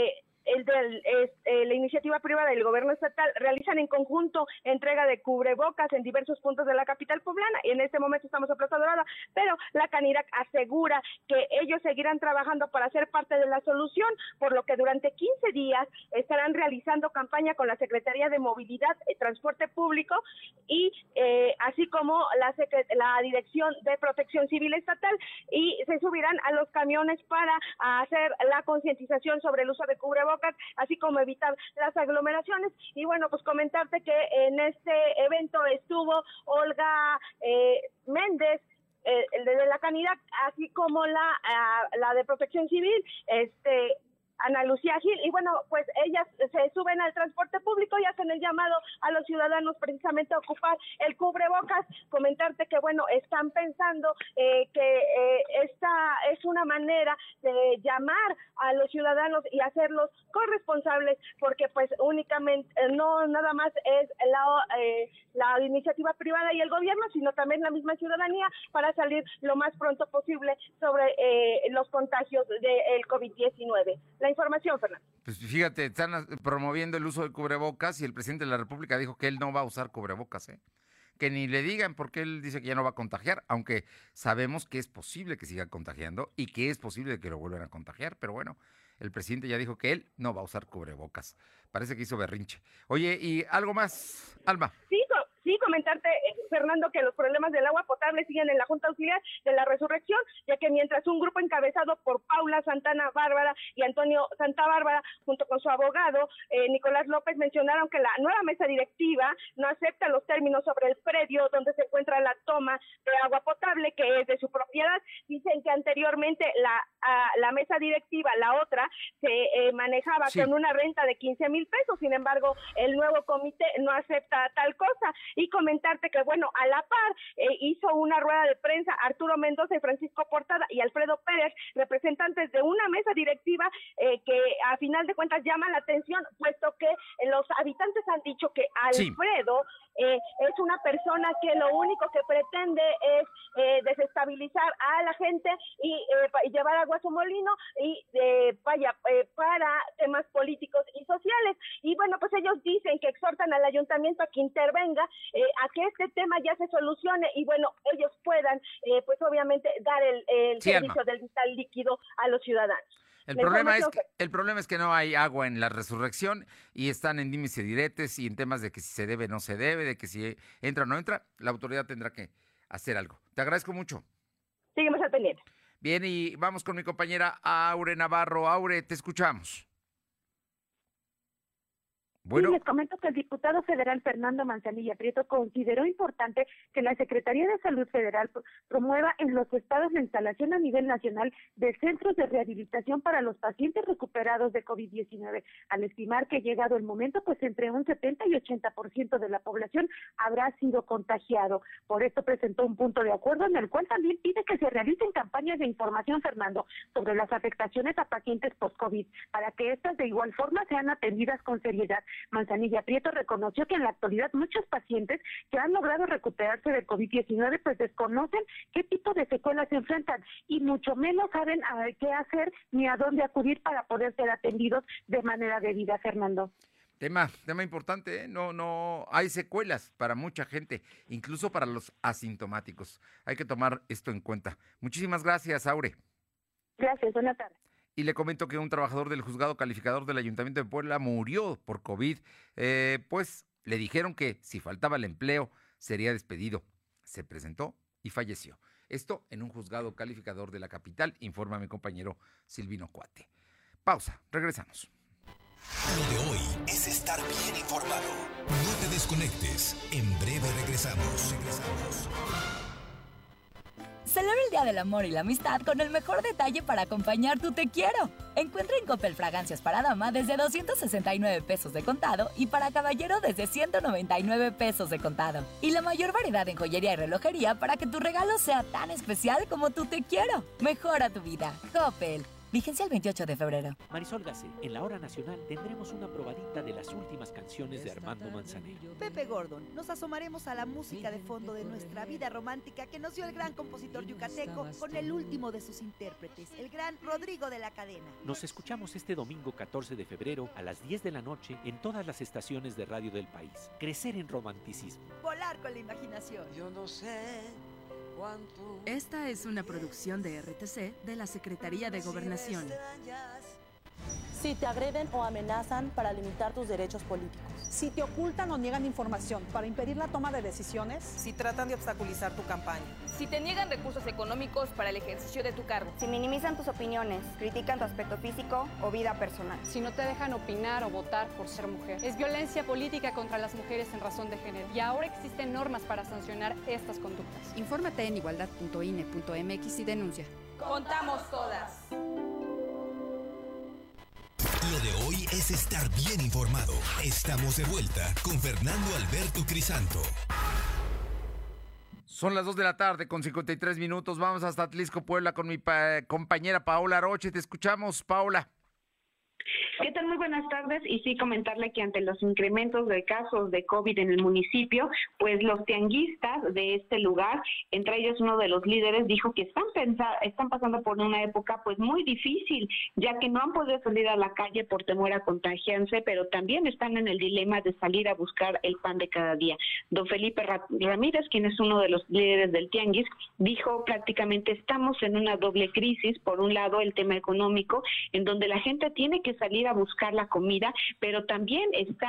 la iniciativa privada del gobierno estatal realizan en conjunto entrega de cubrebocas en diversos puntos de la capital poblana, y en este momento estamos en Plaza Dorada, pero la Canirac asegura que ellos seguirán trabajando para ser parte de la solución, por lo que durante 15 días estarán realizando campaña con la Secretaría de Movilidad y Transporte Público y así como la Dirección de Protección Civil Estatal, y se subirán a los camiones para hacer la concientización sobre el uso de cubrebocas, así como evitar las aglomeraciones. Y bueno, pues comentarte que en este evento estuvo Olga Méndez, el de la Canirac, así como la de Protección Civil, Ana Lucía Gil, y bueno, pues ellas se suben al transporte público y hacen el llamado a los ciudadanos precisamente a ocupar el cubrebocas. Comentarte que bueno, están pensando que esta es una manera de llamar a los ciudadanos y hacerlos corresponsables, porque pues únicamente no nada más es la iniciativa privada y el gobierno, sino también la misma ciudadanía, para salir lo más pronto posible sobre los contagios del COVID-19. La información, Fernando. Pues fíjate, están promoviendo el uso de cubrebocas y el presidente de la República dijo que él no va a usar cubrebocas, que ni le digan, porque él dice que ya no va a contagiar, aunque sabemos que es posible que siga contagiando y que es posible que lo vuelvan a contagiar, pero bueno, el presidente ya dijo que él no va a usar cubrebocas. Parece que hizo berrinche. Oye, ¿y algo más, Alma? Sí, comentarte, Fernando, que los problemas del agua potable siguen en la Junta Auxiliar de la Resurrección, ya que mientras un grupo encabezado por Paula Santana Bárbara y Antonio Santa Bárbara, junto con su abogado, Nicolás López, mencionaron que la nueva mesa directiva no acepta los términos sobre el predio donde se encuentra la toma de agua potable, que es de su propiedad. Dicen que anteriormente la mesa directiva, la otra, se manejaba con una renta de 15,000 pesos, sin embargo, el nuevo comité no acepta tal cosa. Y comentarte que, bueno, a la par hizo una rueda de prensa Arturo Mendoza y Francisco Portada y Alfredo Pérez, representantes de una mesa directiva que a final de cuentas llama la atención, puesto que los habitantes han dicho que Alfredo es una persona que lo único que pretende es desestabilizar a la gente y llevar agua a su molino y para temas políticos y sociales. Y bueno, pues ellos dicen que exhortan al ayuntamiento a que intervenga, a que este tema ya se solucione y bueno, ellos puedan pues obviamente dar el servicio del vital líquido a los ciudadanos. El problema es que no hay agua en la Resurrección y están en dimes y diretes y en temas de que si se debe o no se debe, de que si entra o no entra, la autoridad tendrá que hacer algo. Te agradezco mucho. Seguimos al pendiente. Bien, y vamos con mi compañera Aure Navarro. Aure, te escuchamos. Bueno. Sí, les comento que el diputado federal Fernando Manzanilla Prieto consideró importante que la Secretaría de Salud Federal promueva en los estados la instalación a nivel nacional de centros de rehabilitación para los pacientes recuperados de COVID-19, al estimar que llegado el momento, pues entre un 70 y 80% de la población habrá sido contagiado. Por esto presentó un punto de acuerdo en el cual también pide que se realicen campañas de información, Fernando, sobre las afectaciones a pacientes post-COVID, para que estas de igual forma sean atendidas con seriedad. Manzanilla Prieto reconoció que en la actualidad muchos pacientes que han logrado recuperarse de COVID-19 pues desconocen qué tipo de secuelas se enfrentan y mucho menos saben qué hacer ni a dónde acudir para poder ser atendidos de manera debida, Fernando. Tema importante, ¿eh? No hay secuelas para mucha gente, incluso para los asintomáticos. Hay que tomar esto en cuenta. Muchísimas gracias, Aure. Gracias, buenas tardes. Y le comento que un trabajador del juzgado calificador del Ayuntamiento de Puebla murió por COVID, pues le dijeron que si faltaba el empleo sería despedido. Se presentó y falleció. Esto en un juzgado calificador de la capital, informa mi compañero Silvino Cuate. Pausa, regresamos. Lo de hoy es estar bien informado. No te desconectes, en breve regresamos. Celebra el Día del Amor y la Amistad con el mejor detalle para acompañar tu te quiero. Encuentra en Coppel fragancias para dama desde 269 pesos de contado y para caballero desde 199 pesos de contado. Y la mayor variedad en joyería y relojería para que tu regalo sea tan especial como tu te quiero. Mejora tu vida. Coppel. Vigencia el 28 de febrero. Marisol Gase, en la Hora Nacional tendremos una probadita de las últimas canciones de Armando Manzanero. Pepe Gordon, nos asomaremos a la música de fondo de nuestra vida romántica que nos dio el gran compositor yucateco con el último de sus intérpretes, el gran Rodrigo de la Cadena. Nos escuchamos este domingo 14 de febrero a las 10 de la noche en todas las estaciones de radio del país. Crecer en romanticismo. Volar con la imaginación. Yo no sé. Esta es una producción de RTC de la Secretaría de Gobernación. Si te agreden o amenazan para limitar tus derechos políticos. Si te ocultan o niegan información para impedir la toma de decisiones. Si tratan de obstaculizar tu campaña. Si te niegan recursos económicos para el ejercicio de tu cargo. Si minimizan tus opiniones, critican tu aspecto físico o vida personal. Si no te dejan opinar o votar por ser mujer. Es violencia política contra las mujeres en razón de género. Y ahora existen normas para sancionar estas conductas. Infórmate en igualdad.ine.mx y denuncia. ¡Contamos todas! Lo de hoy es estar bien informado. Estamos de vuelta con Fernando Alberto Crisanto. Son las 2 de la tarde con 53 minutos. Vamos hasta Atlisco, Puebla, con mi compañera Paola Roche. Te escuchamos, Paola. ¿Qué tal? Muy buenas tardes. Y sí, comentarle que ante los incrementos de casos de COVID en el municipio, pues los tianguistas de este lugar, entre ellos uno de los líderes, dijo que están pasando por una época pues muy difícil, ya que no han podido salir a la calle por temor a contagiarse, pero también están en el dilema de salir a buscar el pan de cada día. Don Felipe Ramírez, quien es uno de los líderes del tianguis, dijo prácticamente estamos en una doble crisis. Por un lado, el tema económico, en donde la gente tiene que salir a buscar la comida, pero también está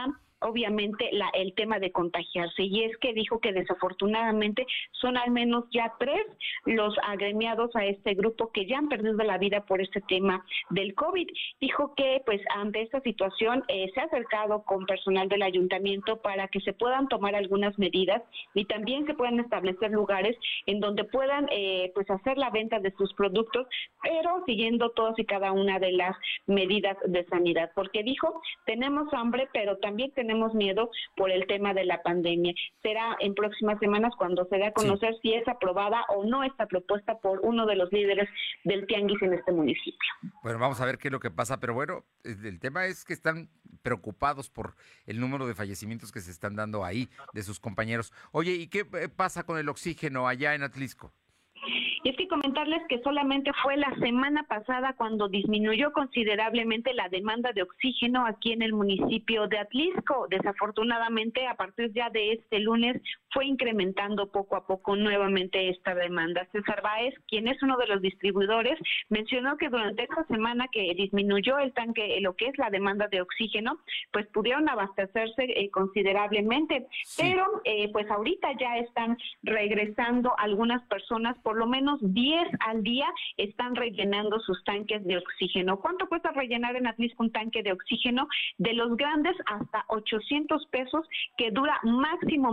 obviamente el tema de contagiarse. Y es que dijo que desafortunadamente son al menos ya 3 los agremiados a este grupo que ya han perdido la vida por este tema del COVID. Dijo que pues ante esta situación se ha acercado con personal del ayuntamiento para que se puedan tomar algunas medidas y también se puedan establecer lugares en donde puedan pues hacer la venta de sus productos, pero siguiendo todas y cada una de las medidas de sanidad, porque dijo, tenemos hambre, pero también tenemos miedo por el tema de la pandemia. Será en próximas semanas cuando se dé a conocer si es aprobada o no esta propuesta por uno de los líderes del tianguis en este municipio. Bueno, vamos a ver qué es lo que pasa, pero bueno, el tema es que están preocupados por el número de fallecimientos que se están dando ahí de sus compañeros. Oye, ¿y qué pasa con el oxígeno allá en Atlisco? Y es que comentarles que solamente fue la semana pasada cuando disminuyó considerablemente la demanda de oxígeno aquí en el municipio de Atlisco. Desafortunadamente, a partir ya de este lunes, fue incrementando poco a poco nuevamente esta demanda. César Báez, quien es uno de los distribuidores, mencionó que durante esta semana que disminuyó el tanque, lo que es la demanda de oxígeno, pues pudieron abastecerse considerablemente. Sí. Pero pues ahorita ya están regresando algunas personas, por lo menos 10 al día están rellenando sus tanques de oxígeno. ¿Cuánto cuesta rellenar en Atlisco un tanque de oxígeno? De los grandes hasta 800 pesos, que dura máximo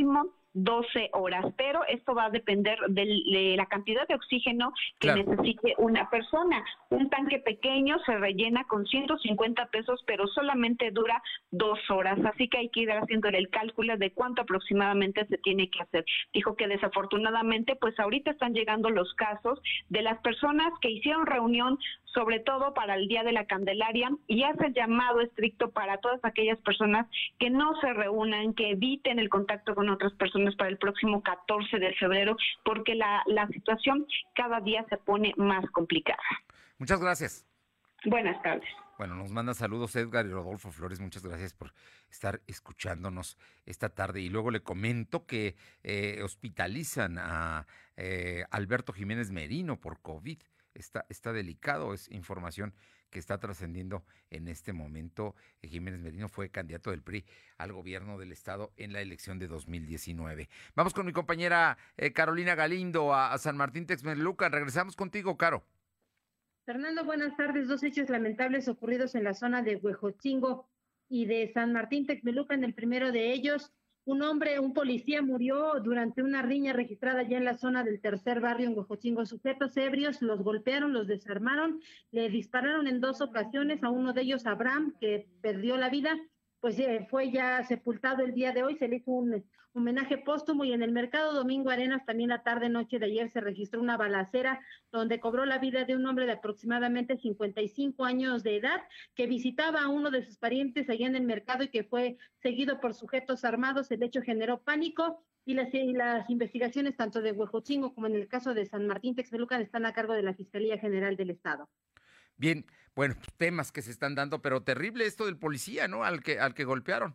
12 horas, pero esto va a depender de la cantidad de oxígeno que necesite una persona. Un tanque pequeño se rellena con 150 pesos, pero solamente dura 2 horas, así que hay que ir haciendo el cálculo de cuánto aproximadamente se tiene que hacer. Dijo que desafortunadamente, pues ahorita están llegando los casos de las personas que hicieron reunión, sobre todo para el Día de la Candelaria, y hace el llamado estricto para todas aquellas personas que no se reúnan, que eviten el contacto con otras personas para el próximo 14 de febrero, porque la situación cada día se pone más complicada. Muchas gracias. Buenas tardes. Bueno, nos manda saludos Edgar y Rodolfo Flores, muchas gracias por estar escuchándonos esta tarde. Y luego le comento que hospitalizan a Alberto Jiménez Merino por COVID. Está delicado, es información que está trascendiendo en este momento. Jiménez Merino fue candidato del PRI al gobierno del estado en la elección de 2019. Vamos con mi compañera Carolina Galindo a San Martín Texmelucan. Regresamos contigo, Caro. Fernando, buenas tardes. 2 hechos lamentables ocurridos en la zona de Huejotzingo y de San Martín Texmelucan. El primero de ellos, un policía murió durante una riña registrada ya en la zona del tercer barrio en Huejotzingo. Sujetos ebrios los golpearon, los desarmaron, le dispararon en 2 ocasiones, a uno de ellos, Abraham, que perdió la vida, pues fue ya sepultado el día de hoy. Se le hizo un homenaje póstumo. Y en el mercado Domingo Arenas, también la tarde-noche de ayer, se registró una balacera donde cobró la vida de un hombre de aproximadamente 55 años de edad que visitaba a uno de sus parientes allá en el mercado y que fue seguido por sujetos armados. El hecho generó pánico y las investigaciones tanto de Huejotzingo como en el caso de San Martín Texmelucan están a cargo de la Fiscalía General del Estado. Bien, bueno, temas que se están dando, pero terrible esto del policía, ¿no? Al que golpearon.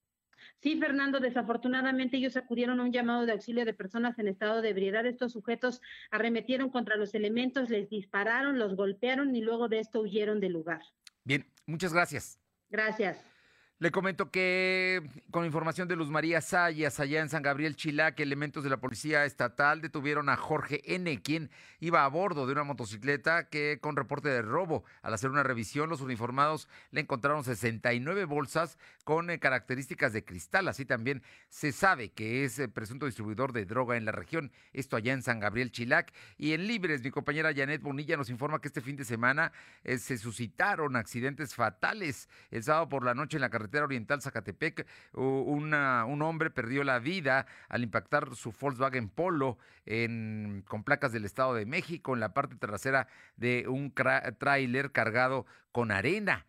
Sí, Fernando, desafortunadamente ellos acudieron a un llamado de auxilio de personas en estado de ebriedad. Estos sujetos arremetieron contra los elementos, les dispararon, los golpearon y luego de esto huyeron del lugar. Bien, muchas gracias. Gracias. Le comento que con información de Luz María Sayas, allá en San Gabriel Chilac, elementos de la Policía Estatal detuvieron a Jorge N., quien iba a bordo de una motocicleta que con reporte de robo. Al hacer una revisión, los uniformados le encontraron 69 bolsas con características de cristal. Así también se sabe que es presunto distribuidor de droga en la región, esto allá en San Gabriel Chilac. Y en Libres, mi compañera Janet Bonilla nos informa que este fin de semana se suscitaron accidentes fatales. El sábado por la noche en la carretera oriental Zacatepec, un hombre perdió la vida al impactar su Volkswagen Polo con placas del Estado de México en la parte trasera de un tráiler cargado con arena.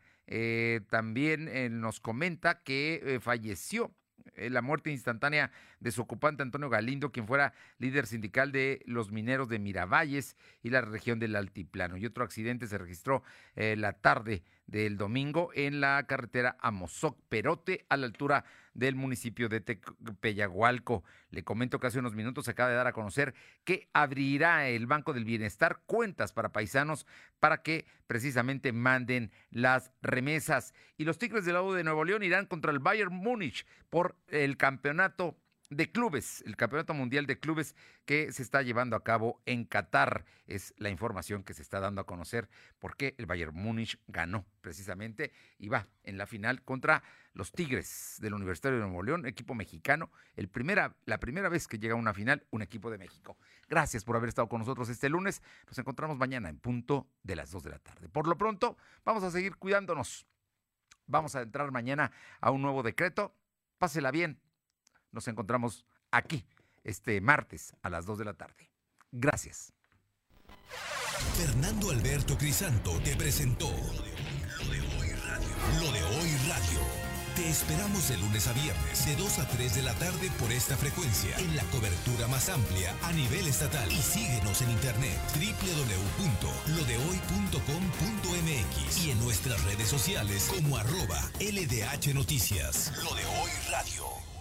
También nos comenta que falleció la muerte instantánea de su ocupante Antonio Galindo, quien fuera líder sindical de los mineros de Miravalles y la región del Altiplano. Y otro accidente se registró la tarde del domingo en la carretera Amozoc-Perote, a la altura del municipio de Tepeyagualco. Le comento que hace unos minutos se acaba de dar a conocer que abrirá el Banco del Bienestar cuentas para paisanos para que precisamente manden las remesas. Y los Tigres de la U de Nuevo León irán contra el Bayern Múnich por el campeonato de clubes, el Campeonato Mundial de Clubes que se está llevando a cabo en Qatar. Es la información que se está dando a conocer porque el Bayern Múnich ganó precisamente y va en la final contra los Tigres del Universitario de Nuevo León, equipo mexicano, la primera vez que llega a una final un equipo de México. Gracias por haber estado con nosotros este lunes. Nos encontramos mañana en punto de las 2 de la tarde. Por lo pronto, vamos a seguir cuidándonos. Vamos a entrar mañana a un nuevo decreto. Pásela bien. Nos encontramos aquí este martes a las 2 de la tarde. Gracias. Fernando Alberto Crisanto te presentó Lo de Hoy Radio. Lo de Hoy Radio. Te esperamos de lunes a viernes de 2 a 3 de la tarde por esta frecuencia en la cobertura más amplia a nivel estatal. Y síguenos en internet www.lodehoy.com.mx y en nuestras redes sociales como @LDH Noticias. Lo de Hoy Radio.